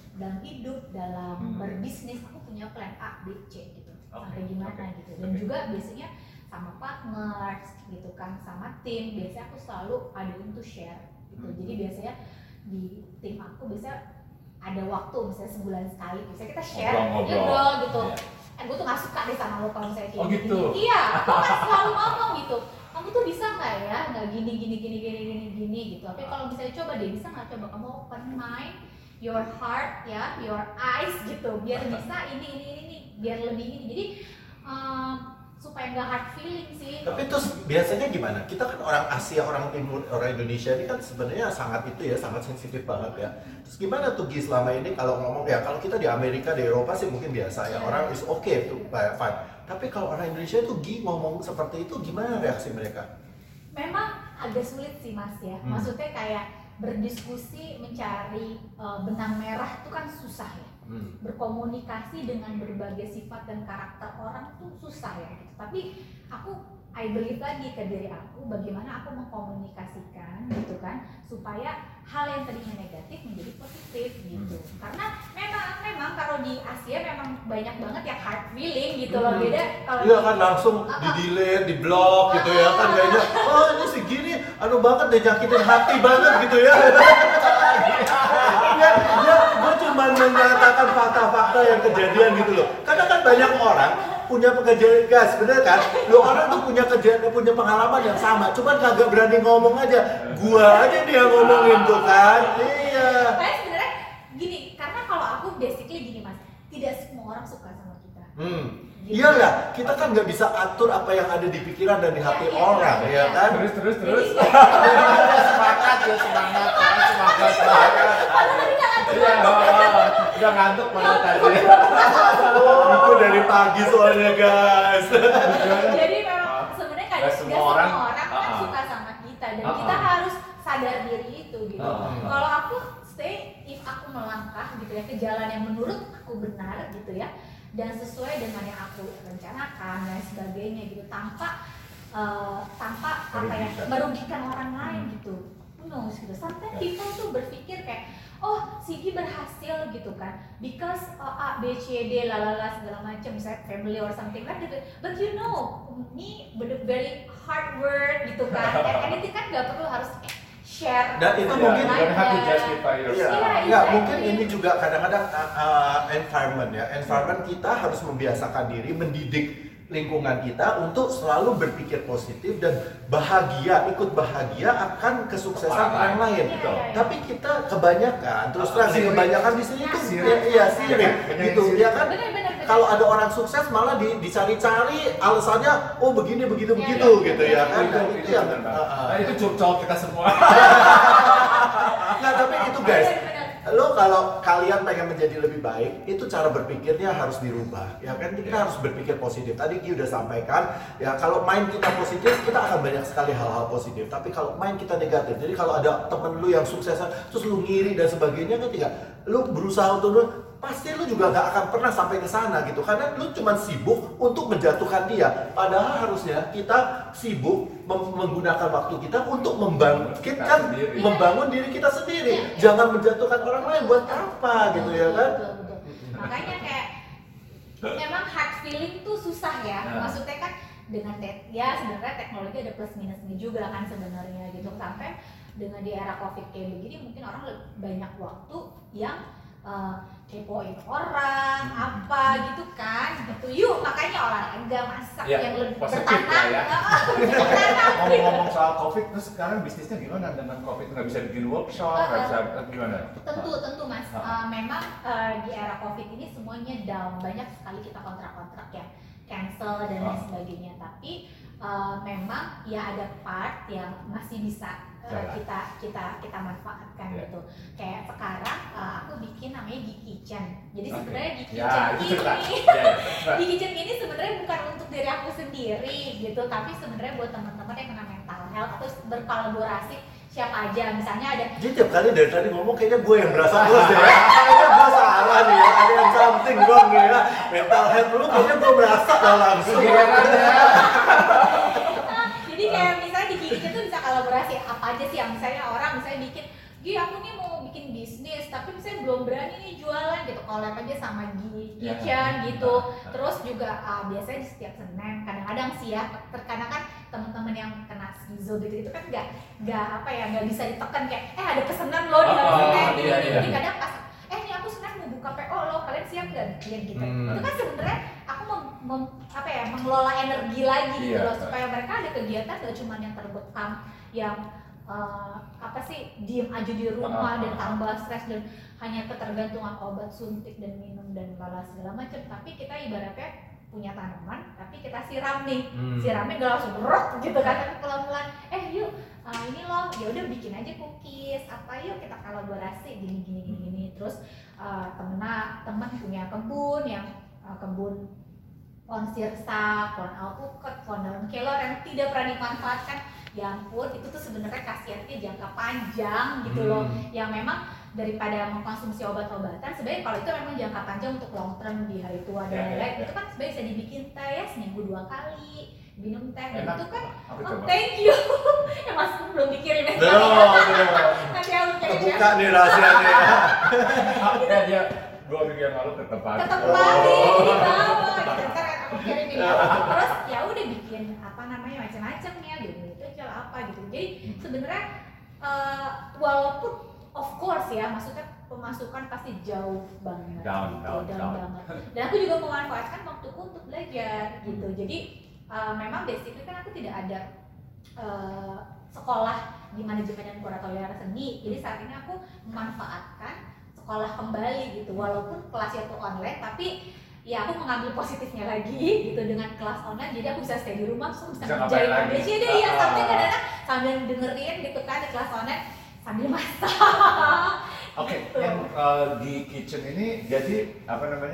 berbisnis aku punya plan A, B, C gitu, sampai gimana gitu. Dan juga biasanya sama partners gitu kan, sama tim, biasanya aku selalu ada untuk share gitu. Jadi biasanya di tim aku biasanya ada waktu misalnya sebulan sekali, biasanya kita share ngobrol gitu. Gue tuh gak suka deh sama lo kalau misalnya kayak gitu. Iya, aku kan selalu ngomong gitu, kamu tuh bisa nggak ya, nggak gini gitu. Tapi kalau misalnya coba deh, bisa nggak coba kamu open mind, your heart ya, your eyes gitu, biar bisa ini, biar lebih ini. Jadi supaya nggak hard feeling sih. Tapi terus biasanya gimana? Kita kan orang Asia, orang Timur, orang Indonesia ini kan sebenarnya sangat sensitif banget ya. Terus gimana tuh Gi selama ini kalau ngomong ya, kalau kita di Amerika, di Eropa sih mungkin biasa ya, orang is okay tuh, fine. Tapi kalau orang Indonesia tuh Gi ngomong seperti itu, gimana reaksi mereka? Memang agak sulit sih Mas ya, maksudnya kayak berdiskusi mencari benang merah itu kan susah ya. Berkomunikasi dengan berbagai sifat dan karakter orang tuh susah ya gitu. Tapi I believe lagi ke diri aku, bagaimana aku mengkomunikasikan gitu kan, supaya hal yang tadinya negatif menjadi positif gitu. Karena memang kalau di Asia memang banyak banget yang hard feeling gitu loh, beda kalau iya kan langsung di-delete, di-block gitu ya kan, kayaknya oh ini segini banget deh, nyakitin hati banget gitu ya. Gue cuma menyatakan fakta-fakta yang kejadian gitu loh. Karena kan banyak orang punya pekerjaan, guys, bener kan? Orang tuh punya pengalaman yang sama, cuman kagak berani ngomong aja. Gua aja dia ngomongin tuh kan. Iya. Kayak sebenarnya gini, karena kalau aku basically gini Mas, tidak semua orang suka sama kita. Gitu. Iyalah, kita kan nggak bisa atur apa yang ada di pikiran dan di hati orang, ya kan? Terus. Semangat. Udah ngantuk malah tadi. Itu dari pagi soalnya guys. Jadi memang sebenarnya nggak semua orang kan suka sama kita, dan kita harus sadar diri itu gitu. Kalau aku if aku melangkah gitu ya ke jalan yang menurut aku benar gitu ya, dan sesuai dengan yang aku rencanakan dan sebagainya gitu, tanpa merugikan orang lain gitu. Gitu. Sometimes people tuh berpikir kayak, oh Sigi berhasil gitu kan, because A, B, C, D, lalala segala macam, misalnya family or something like gitu. But you know, me very hard work gitu kan, and anything kan gak perlu harus share. Dan itu mungkin mungkin ini juga kadang-kadang environment ya. Environment kita harus membiasakan diri, mendidik lingkungan kita untuk selalu berpikir positif dan ikut bahagia akan kesuksesan orang lain. Tapi kita kebanyakan, terus terang kebanyakan di sini tuh sirik gitu ya kan. Kalau ada orang sukses malah dicari-cari alasannya, oh begini begitu gitu ya kan. Itu yang itu curcol kita semua. Nah tapi itu guys, lo kalau kalian pengen menjadi lebih baik, itu cara berpikirnya harus dirubah, ya kan? Kita harus berpikir positif. Tadi Ki udah sampaikan, ya kalau mind kita positif, kita akan banyak sekali hal-hal positif. Tapi kalau mind kita negatif, jadi kalau ada temen lu yang sukses, terus lu ngiri dan sebagainya, ketika lu berusaha untuk pasti lu juga gak akan pernah sampai ke sana gitu, karena lu cuma sibuk untuk menjatuhkan dia. Padahal harusnya kita sibuk menggunakan waktu kita untuk membangun diri kita sendiri. Jangan menjatuhkan orang lain, buat apa gitu ya kan? Betul. Makanya kayak memang hard feeling tuh susah ya. Maksudnya kan dengan sebenarnya teknologi ada plus minusnya juga kan sebenarnya gitu. Sampai dengan di era Covid kayak begini, mungkin orang banyak waktu yang kepoin orang apa gitu kan gitu. Yuk makanya olahraga, masak yang lebih bertanam ya. Ngomong-ngomong soal Covid, terus sekarang bisnisnya gimana dengan Covid? Nggak bisa bikin workshop, nggak bisa gimana? Tentu Mas, memang di era Covid ini semuanya down, banyak sekali kita kontrak-kontrak yang cancel dan lain sebagainya. Tapi memang ya ada part yang masih bisa kita manfaatkan gitu. Kayak sekarang aku bikin namanya Gi Kitchen. Jadi sebenarnya Gi Kitchen ini sebenarnya bukan untuk diri aku sendiri gitu, tapi sebenarnya buat teman-teman yang kena mental health, terus berkolaborasi siapa aja, misalnya ada. Jadi tiap kali dari tadi ngomong kayaknya gue yang berasa terus deh. Kayaknya gue salah nih, ada yang something wrong nih ya. Mental health dulu kayaknya gue berasa langsung. Jadi kayak misalnya di Gigi itu bisa kolaborasi apa aja sih yang misalnya orang misalnya bikin, Gi aku nih mau bikin bisnis tapi misalnya belum berani nih jualan gitu, collab aja sama Gi Kitchen gitu. Terus juga biasanya di setiap Senin kadang-kadang sih ya, karena kan teman-teman yang kena skizo gitu itu kan nggak bisa ditekan kayak ada pesanan loh di hari Senin jadi kadang pas nih aku Senin mau buka PO loh, kalian siap nggak bikin gitu. Itu kan sebenarnya aku mengelola energi lagi gitu loh, supaya mereka ada kegiatan gak cuma yang terbekam yang diem aja di rumah dan tambah stres dan hanya ketergantungan obat suntik dan minum dan segala macam. Tapi kita ibaratnya punya tanaman tapi kita siram nih, siramnya gak langsung rot gitu kan, tapi pelan-pelan yuk ini loh, ya udah bikin aja cookies yuk kita kolaborasi gini. Terus teman punya kebun yang kebun pohon sirsak, pohon alpukat, pohon daun kelor yang tidak pernah dimanfaatkan. Ya ampun, itu tuh sebenarnya khasiatnya jangka panjang gitu loh. Yang memang daripada mengkonsumsi obat-obatan, sebenarnya kalau itu memang jangka panjang untuk long term di hari tua dan lain-lain, itu kan sebenarnya bisa dibikin teh ya seminggu 2 kali, minum teh dan itu kan thank you. Ya Mas belum dikirim ya. Nanti aku kirim ya. Kebuka nih rahasianya. Dia 2 minggu yang lalu tetap lagi di bawah gitu, ntar aku kirim ini. Terus ya udah bikin macam-macam ya gitu gitu. Jadi sebenarnya walaupun of course ya, maksudnya pemasukan pasti jauh banget, down banget. Dan aku juga memanfaatkan waktuku untuk belajar gitu. Jadi memang basically kan aku tidak ada sekolah di manajemen dan kuratorial seni. Jadi saat ini aku memanfaatkan sekolah kembali gitu, walaupun kelasnya itu online, tapi ya aku mengambil positifnya lagi gitu dengan kelas online, jadi aku bisa stay di rumah, terus bisa ngerjain ABC deh ya, sampai kadang-kadang sambil dengerin gitu kan di kelas online sambil masak. Oke, yang di kitchen ini jadi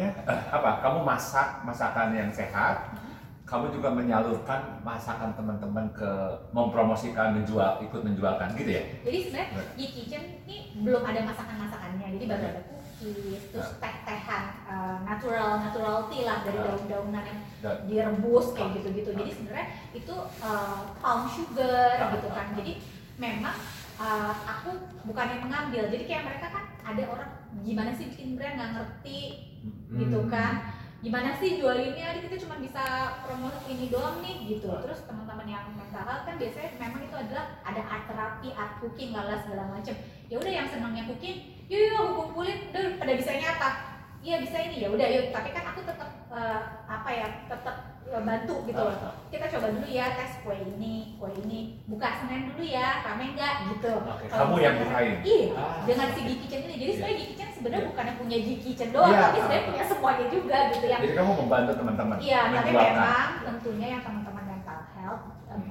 kamu masakan yang sehat, kamu juga menyalurkan masakan teman-teman ke mempromosikan, ikut menjualkan gitu ya? Jadi sebenarnya di kitchen ini belum ada masakan-masakannya, jadi baru ada terus teh-tehan natural tea lah dari daun-daunan yang direbus kayak gitu-gitu. Jadi sebenarnya itu palm sugar gitu kan. Jadi memang aku bukan yang mengambil. Jadi kayak mereka kan ada orang gimana sih bikin brand nggak ngerti gitu kan. Gimana sih jualinnya, kita cuma bisa promosi ini doang nih gitu. Terus teman-teman yang mental health kan biasanya memang itu adalah ada art terapi, art cooking, segala macam. Ya udah yang senangnya cooking, yuk aku kumpulin, udah pada bisanya apa? Iya bisa ini, ya udah yuk. Tapi kan aku tetap tetap bantu gitu loh. Kita coba dulu ya tes kue ini, buka Senin dulu ya, rame nggak gitu. Kamu yang bukain? Iya, dengan si Gigi Kitchen ini. Jadi sebenarnya Gigi Kitchen sebenarnya bukan yang punya Gigi Kitchen doang, tapi sebenarnya punya semuanya juga gitu ya. Jadi kamu membantu teman-teman. Iya, tapi memang tentunya yang teman-teman mental health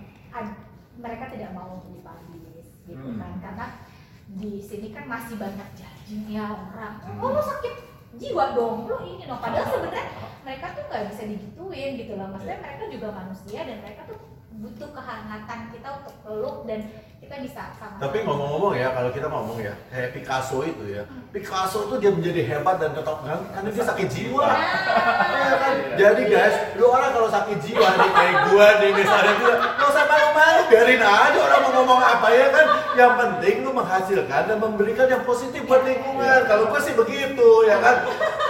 mereka tidak mau untuk dipublish gitu kan, karena di sini kan masih banyak judging ya orang. Oh lo sakit jiwa dong, lo ini dong. Padahal sebenarnya mereka tuh nggak bisa digituin gitu loh. Maksudnya mereka juga manusia dan mereka tuh butuh kehangatan kita untuk peluk dan kita bisa sama. Tapi ngomong-ngomong ya, kalau kita ngomong ya, kayak Picasso itu ya, Picasso tuh dia menjadi hebat dan tetap karena dia sakit jiwa. Ya kan? Jadi guys, lu orang kalau sakit jiwa nih kayak gua nih misalnya juga, nggak usah malu-malu, biarin aja orang mau ngomong apa ya kan. Yang penting lu menghasilkan dan memberikan yang positif buat lingkungan. Kalau gua sih begitu ya kan.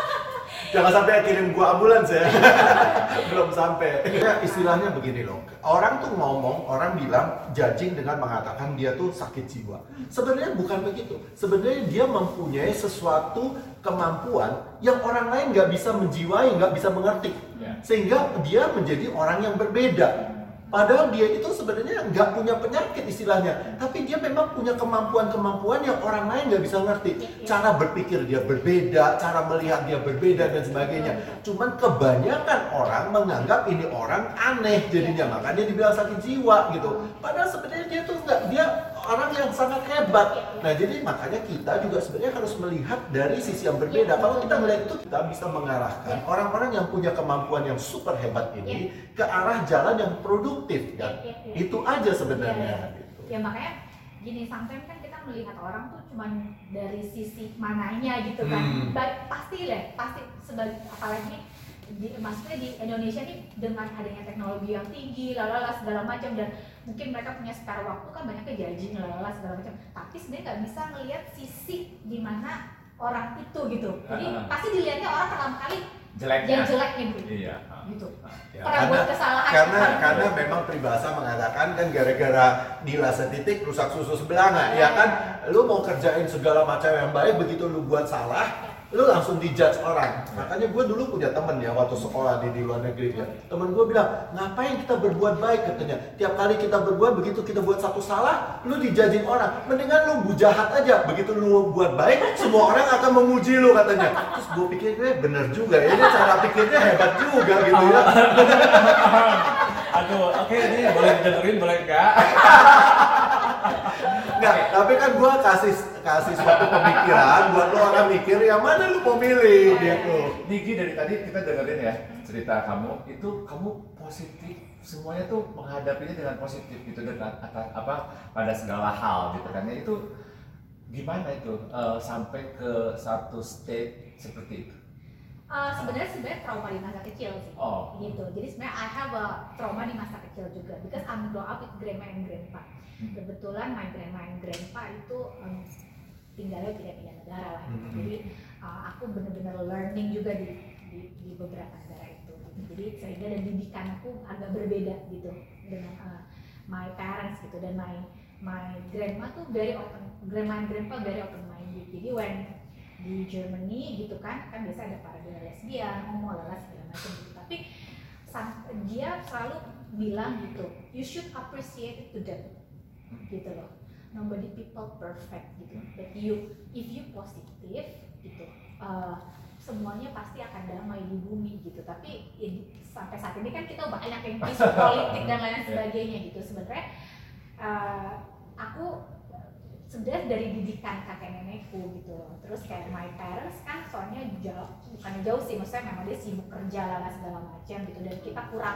Jangan sampai kirim gua ambulans ya. Belum sampai. Ya, istilahnya begini loh. Orang tuh ngomong, orang bilang judging dengan mengatakan dia tuh sakit jiwa. Sebenarnya bukan begitu. Sebenarnya dia mempunyai sesuatu kemampuan yang orang lain nggak bisa menjiwai, nggak bisa mengerti. Sehingga dia menjadi orang yang berbeda. Padahal dia itu sebenarnya nggak punya penyakit istilahnya, tapi dia memang punya kemampuan-kemampuan yang orang lain nggak bisa ngerti. Cara berpikir dia berbeda, cara melihat dia berbeda dan sebagainya. Cuman kebanyakan orang menganggap ini orang aneh jadinya, makanya dibilang sakit jiwa gitu. Padahal sebenarnya dia tuh nggak, dia orang yang sangat hebat. Nah jadi makanya kita juga sebenarnya harus melihat dari sisi yang berbeda. Kalau kita melihat itu, kita bisa mengarahkan orang-orang yang punya kemampuan yang super hebat ini ke arah jalan yang produktif kan. Itu aja sebenarnya. Gitu. Ya makanya gini, sometimes kan kita melihat orang tuh cuma dari sisi mananya gitu kan. Pasti sebagai apalagi maksudnya di Indonesia nih dengan adanya teknologi yang tinggi, lalala segala macam, dan mungkin mereka punya spare waktu kan banyaknya judging lalala segala macam. Tapi sebenarnya nggak bisa ngelihat sisi di mana orang itu gitu. Jadi pasti dilihatnya orang pertama kali jeleknya. yang jeleknya gitu. Iya. Gitu. Ya, Pernah buat kesalahan. karena memang peribahasa mengatakan kan gara-gara nila setitik rusak susu sebelanga, ya kan? Lu mau kerjain segala macam yang baik, begitu lu buat salah, lu langsung dijudge orang. Makanya gue dulu punya temen ya waktu sekolah di luar negeri ya. Temen gue bilang, ngapain kita berbuat baik katanya. Tiap kali kita berbuat, begitu kita buat satu salah, lu dijudging orang. Mendingan lu bujahat aja. Begitu lu buat baik, semua orang akan memuji lu katanya. Terus gue pikir, bener juga ya. Ini cara pikirnya hebat juga gitu ya. Aduh, oke, ini boleh dengerin boleh enggak? Nggak, tapi kan gue kasih suatu pemikiran buat lo orang mikir yang mana lu mau milih gitu. Niki, dari tadi kita dengerin ya cerita kamu, itu kamu positif, semuanya tuh menghadapinya dengan positif gitu, dengan pada segala hal gitu kan ya. Itu gimana itu sampai ke satu state seperti itu? Sebenarnya trauma di masa kecil sih, gitu. Jadi sebenarnya I have a trauma di masa kecil juga, because I'm grow up with grandma and grandpa. Kebetulan my grandma and grandpa itu tinggalnya tidak pindah negara lah. Jadi aku benar-benar learning juga di beberapa negara itu. Jadi sehingga dan didikan aku agak berbeda gitu dengan my parents gitu, dan my grandma tuh grandma and grandpa very open minded. Jadi when di Germany gitu kan biasa ada parade lesbian, homo, lala segala macam gitu. Tapi dia selalu bilang gitu, you should appreciate it to them, gitu loh. Nobody people perfect gitu. But if you positive gitu, semuanya pasti akan damai di bumi gitu. Tapi sampai saat ini kan kita banyak yang isu politik dan lain sebagainya gitu. Sebenarnya aku sebenarnya dari didikan kakek nenekku gitu. Terus kayak my parents kan soalnya bukannya jauh sih, maksudnya memang dia sibuk kerja lah segala macam gitu, dan kita kurang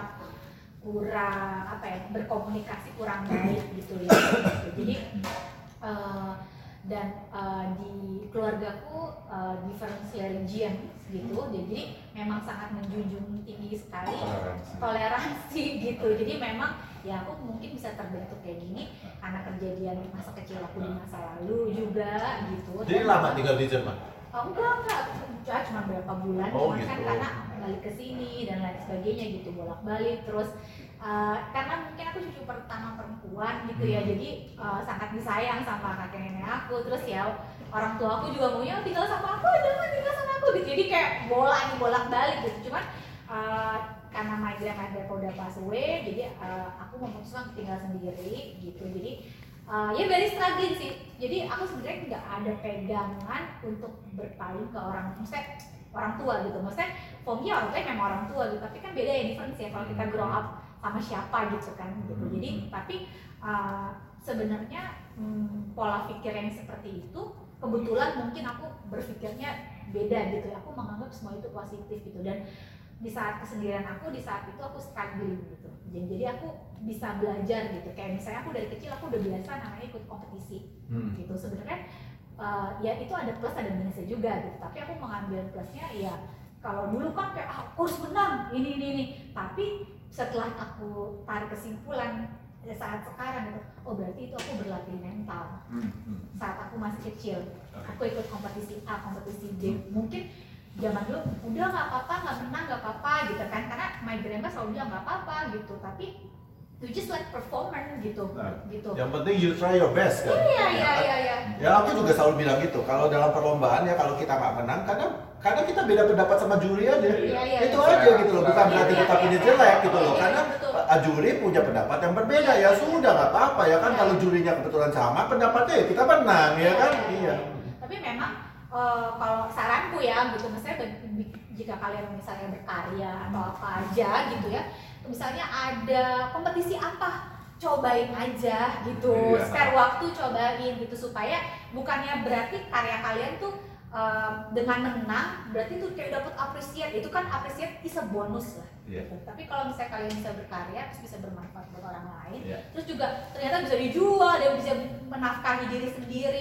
berkomunikasi kurang baik gitu ya. Jadi di keluargaku different religion gitu, jadi memang sangat menjunjung tinggi sekali toleransi gitu. Jadi memang ya aku mungkin bisa terbentuk kayak gini karena kejadian masa kecil aku di masa lalu juga gitu. Jadi lama tinggal di Jerman? Enggak, cuma berapa bulan, cuma gitu. Kan gitu. karena balik ke sini dan lain sebagainya gitu, bolak-balik. Terus karena mungkin aku cucu pertama perempuan gitu ya, jadi sangat disayang sama kakek nenek aku. Terus ya orang tua aku juga maunya tinggal sama aku, jangan tinggal sama aku gitu. Jadi kayak bolak-balik gitu. Cuman karena my grandmother udah pass away, jadi aku memutuskan untuk tinggal sendiri gitu. Jadi ya very struggling sih. Jadi aku sebenarnya nggak ada pegangan untuk berpaling ke orang, maksudnya orang tua gitu. Maksudnya for me orang tua memang orang tua gitu, tapi kan beda ya, difference ya kalau kita grow up sama siapa gitu kan gitu. Jadi tapi sebenarnya pola pikir yang seperti itu kebetulan mungkin aku berpikirnya beda gitu ya. Aku menganggap semua itu positif gitu, dan di saat kesendirian aku, di saat itu aku struggling gitu. Jadi aku bisa belajar gitu. Kayak misalnya aku dari kecil aku udah biasa namanya ikut kompetisi gitu. Sebenarnya ya itu ada plus ada minusnya juga gitu. Tapi aku mengambil plusnya ya, kalau dulu kan kayak aku harus menang ini. Tapi setelah aku tarik kesimpulan saat sekarang gitu, oh berarti itu aku berlatih mental. Saat aku masih kecil, aku ikut kompetisi A, kompetisi B. Mungkin zaman dulu udah nggak apa-apa, nggak menang nggak apa-apa gitu kan, karena my grandma selalu bilang nggak apa-apa gitu. Tapi you just like performance gitu. Gitu. Yang penting you try your best kan. Iya. Ya aku juga selalu bilang gitu. Kalau dalam perlombaan ya kalau kita nggak menang, karena kita beda pendapat sama juri aja. Itu aja gitu loh. Bukan berarti kita punya jelek gitu loh. Karena juri punya pendapat yang berbeda, ya sudah nggak apa-apa ya kan. Kalau jurinya kebetulan sama pendapatnya ya kita menang ya kan. Iya. Tapi memang kalau saranku ya gitu, misalnya jika kalian misalnya berkarya atau apa aja gitu ya, misalnya ada kompetisi apa, cobain aja gitu, spare waktu cobain gitu, supaya bukannya berarti karya kalian tuh dengan menang berarti tuh kayak dapat appreciate. Itu kan appreciate is a bonus lah gitu. Tapi kalau misalnya kalian bisa berkarya terus bisa bermanfaat buat orang lain, terus juga ternyata bisa dijual dan bisa menafkahi diri sendiri,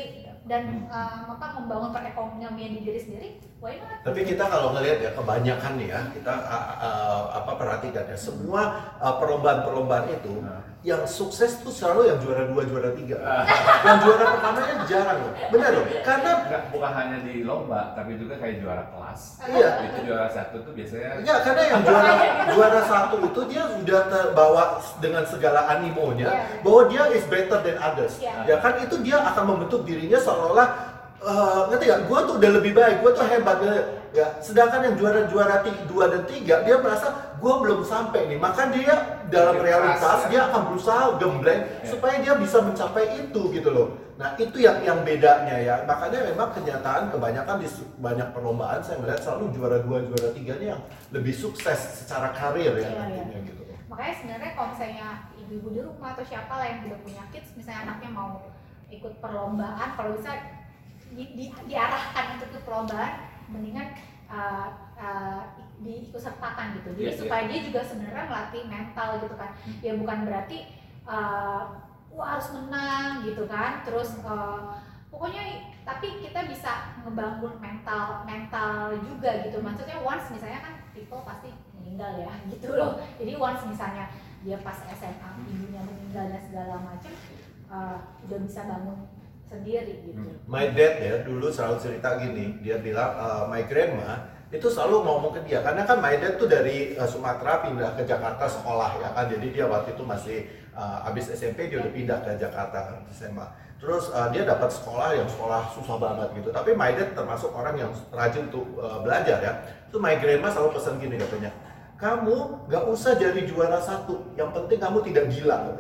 dan membangun perekonomian di diri sendiri, why not? Tapi kita kalau ngelihat ya kebanyakan nih ya, kita perhatikan ya, semua perlombaan itu yang sukses tuh selalu yang juara 2, juara 3. Yang juara pertamanya jarang loh. Benar loh. Karena bukan hanya di lomba, tapi juga kayak juara kelas. Iya. Itu juara 1 tuh biasanya. Ya, karena yang juara 1 itu dia sudah terbawa dengan segala animonya bahwa dia is better than others. Ya kan, itu dia akan membentuk dirinya seolah-olah ngerti gak? Gue tuh udah lebih baik, gue tuh hebat ya. Sedangkan yang juara 2 dan 3 dia merasa gue belum sampai nih, maka dia dalam realitas dia akan berusaha gembleng supaya dia bisa mencapai itu gitu loh. Nah itu yang bedanya ya, makanya memang kenyataan kebanyakan di banyak perlombaan saya melihat selalu juara 2, juara 3-nya yang lebih sukses secara karir ya nantinya gitu. Makanya sebenarnya kalau misalnya ibu-ibu di rumah atau siapa lah yang udah punya kids, misalnya anaknya mau ikut perlombaan, kalau bisa diarahkan untuk ikut perlombaan, mendingan diikutsertakan gitu. Jadi supaya dia juga sebenarnya melatih mental gitu kan. Ya bukan berarti wah harus menang gitu kan. Terus pokoknya tapi kita bisa ngebangun mental juga gitu. Maksudnya once misalnya kan people pasti meninggal ya gitu loh. Jadi once misalnya dia pas SMA ibunya meninggal dan segala macam, udah bisa bangun sendiri gitu. My dad ya dulu selalu cerita gini, dia bilang my grandma itu selalu ngomong ke dia, karena kan my dad tuh dari Sumatera pindah ke Jakarta sekolah ya kan, jadi dia waktu itu masih habis SMP dia udah pindah ke Jakarta SMA. Terus dia dapat sekolah yang sekolah susah banget gitu, tapi my dad termasuk orang yang rajin untuk belajar ya. Terus my grandma selalu pesan gini katanya, kamu gak usah jadi juara 1, yang penting kamu tidak gila.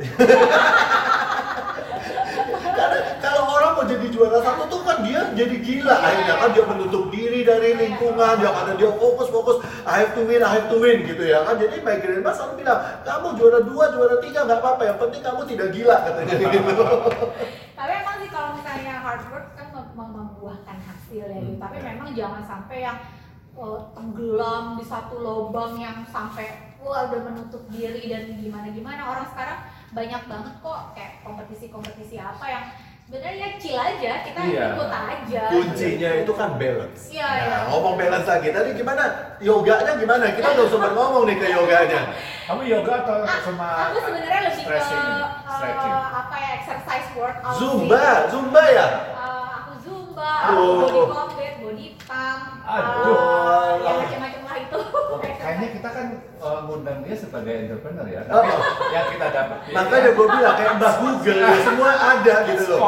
Karena kalau orang mau jadi juara 1 tuh kan dia jadi gila, akhirnya kan dia menutup diri dari lingkungan, karena dia fokus I have to win gitu ya kan. Jadi my grandma selalu bilang, kamu juara 2, juara 3 nggak apa-apa, yang penting kamu tidak gila katanya gitu. Tapi emang sih kalau misalnya hard work kan membuahkan hasil ya gitu. Tapi memang jangan sampai yang tenggelam di satu lubang yang sampai udah menutup diri dan gimana. Orang sekarang banyak banget kok kayak kompetisi apa yang sebenarnya chill aja, kita ikut aja. Kuncinya itu kan balance. Iya. Ngomong balance lagi, tadi gimana? Yoganya gimana? Kita udah sempat ngomong nih ke yoganya. Kamu yoga atau sama aku sebenarnya lebih ke exercise workout. Zumba ya? Aku Zumba, body combat, body pump, ya macam-macam lah itu. Kayaknya kita kan ngundang dia sebagai entrepreneur ya, tapi yang kita dapat makanya gue bilang kayak Mbak Google ya, semua ada gitu loh.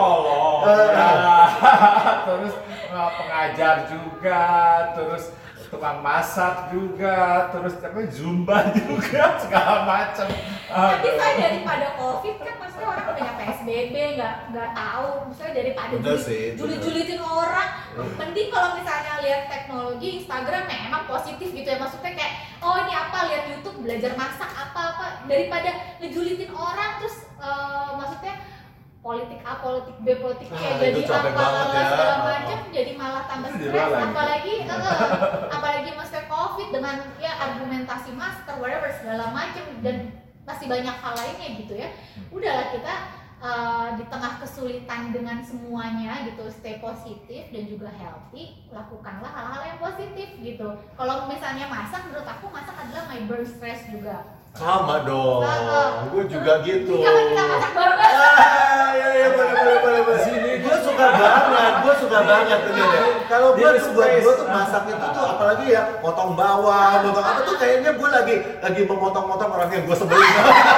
Terus pengajar juga, terus tukang masak juga, terus Zumba juga, segala macam. Tapi saya daripada COVID kan maksudnya orang banyak PSBB, nggak tahu, misalnya daripada julit-julitin orang, mending kalau misalnya lihat teknologi Instagram memang positif gitu ya, maksudnya kayak oh ini apa, lihat YouTube belajar masak apa daripada ngejulitin orang terus maksudnya politik A, politik B, politik C jadi apa segala macam, jadi malah tambah stres, apalagi masker COVID dengan ya argumentasi masker whatever segala macam dan masih banyak hal lainnya gitu ya. Udahlah kita di tengah kesulitan dengan semuanya gitu, stay positif dan juga healthy, lakukanlah hal-hal yang positif gitu. Kalau misalnya masak, menurut aku masak adalah my burn stress juga. Sama dong, gue juga gitu. Iya kan kita masak bareng. Iya boleh. Gue suka banget ternyata. Kalau gue tuh masak itu tuh apalagi ya potong bawang, potong apa tuh kayaknya gue lagi memotong-motong orang yang gue sebelin.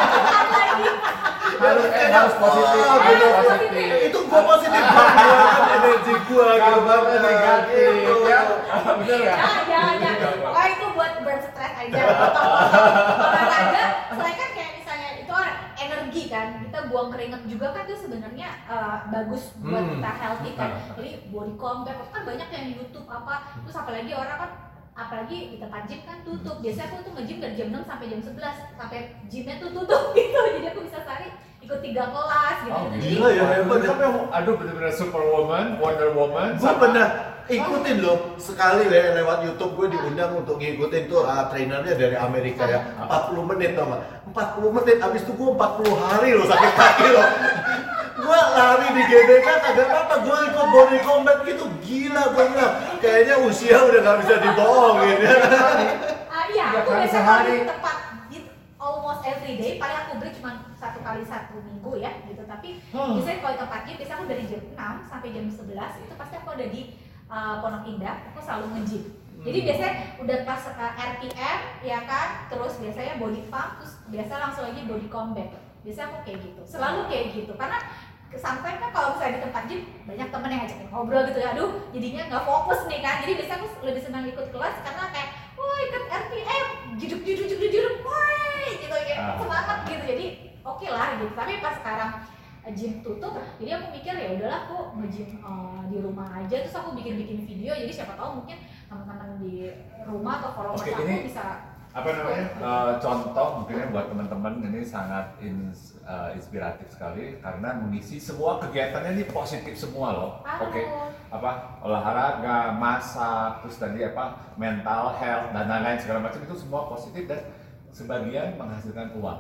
harus positif. Itu gue positif banget, energi gue gitu banget negatif ya. Bener ya? Jangan. Pokoknya itu buat burn stress aja. Olahraga, selain kan kayak misalnya itu energi kan, kita buang keringat juga kan itu sebenarnya bagus buat kita healthy kan. Jadi body combat kan banyak yang di YouTube apa, terus apalagi orang kan apalagi di tempat gym kan tutup. Biasanya aku tuh nge-gym dari jam 6 sampai jam 11 sampai gymnya tuh tutup gitu. Jadi aku bisa sehari ikut 3 kelas gitu. Gila ya, hebat ya. Aduh bener-bener Superwoman, Wonder Woman. Gue pernah ikutin loh sekali lewat YouTube, gue diundang untuk ngikutin tuh trainernya dari Amerika ya. 40 menit tau gak? 40 menit, abis itu gue 40 hari loh sakit kaki loh. Gua lari di GBK kagak apa-apa, gua ikut body combat gitu, gila gua bilang. Kayaknya usia udah gak bisa dibohongin ya. Iya, aku biasa kalau di tempat almost every day, paling aku break cuma 1 kali 1 minggu ya gitu. Tapi biasanya kalau di tempat gym, biasanya aku dari jam 6 sampai jam 11 itu pasti aku ada di Pondok Indah, aku selalu nge-gym. Jadi biasanya udah pas RPM ya kan, terus biasanya body pump, terus biasa langsung lagi body combat. Biasanya aku kayak gitu, selalu kayak gitu. Karena sampai kan kalau misalnya di tempat gym banyak temen yang ngajakin ngobrol gitu ya, aduh jadinya nggak fokus nih kan. Jadi biasanya aku lebih senang ikut kelas karena kayak, wah ikut RPM, juduk, wah gitu kayak semangat gitu. Jadi oke lah gitu. Tapi pas sekarang gym tutup, jadi aku mikir ya udahlah aku nge-gym di rumah aja, terus aku bikin video, jadi siapa tahu mungkin teman-teman di rumah atau followers aku bisa apa namanya contoh mungkin buat teman-teman ini sangat inspiratif sekali karena mengisi semua kegiatannya ini positif semua loh. Oke. Apa olahraga, masak, terus tadi apa mental health dan lain-lain segala macam itu semua positif dan sebagian menghasilkan uang.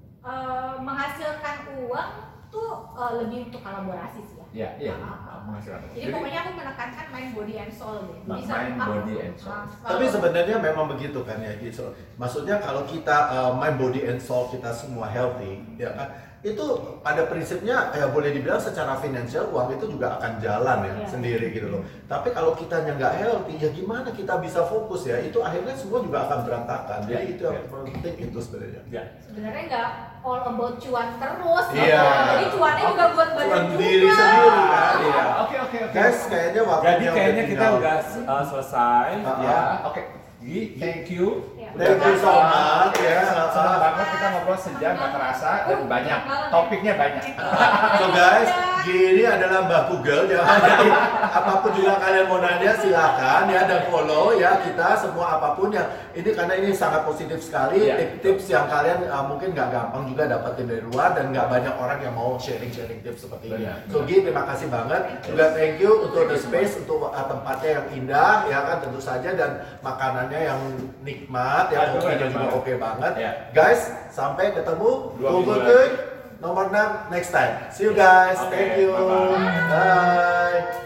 Menghasilkan uang tuh lebih untuk kolaborasi sih ya. Iya, menghasilkan. Jadi pokoknya aku menekankan mind body and soul deh. Mind body and soul. Tapi sebenarnya memang begitu kan ya gitu. Maksudnya kalau kita mind body and soul kita semua healthy, ya kan? Itu pada prinsipnya ya boleh dibilang secara finansial uang itu juga akan jalan ya sendiri gitu loh. Tapi kalau kita nggak healthy ya gimana kita bisa fokus ya? Itu akhirnya semua juga akan berantakan. Jadi itu yang penting itu sebenarnya. Sebenarnya nggak all about cuan terus. Iya. Jadi cuannya juga buat badan juga. Diri sendiri kan. Iya. Oke. Guys, kayaknya waktunya jadi kayaknya kita tinggal. udah selesai ya. Oke. Thank you. Thank you so much ya. Senang banget kita ngobrol sejam gak terasa dan banyak topiknya banyak. So guys, gini adalah Mbak Google ya. Jadi apapun juga kalian mau nanya silakan ya dan follow ya kita semua apapun yang ini karena ini sangat positif sekali tips yang kalian mungkin nggak gampang juga dapetin dari luar dan nggak banyak orang yang mau sharing tips seperti ini. So Gi, terima kasih banget. Juga thank you untuk the space, untuk tempatnya yang indah ya kan tentu saja dan makanannya yang nikmat ya, kopinya juga oke banget. Guys, sampai ketemu nomor 6 next time. See you guys. Thank you. Bye.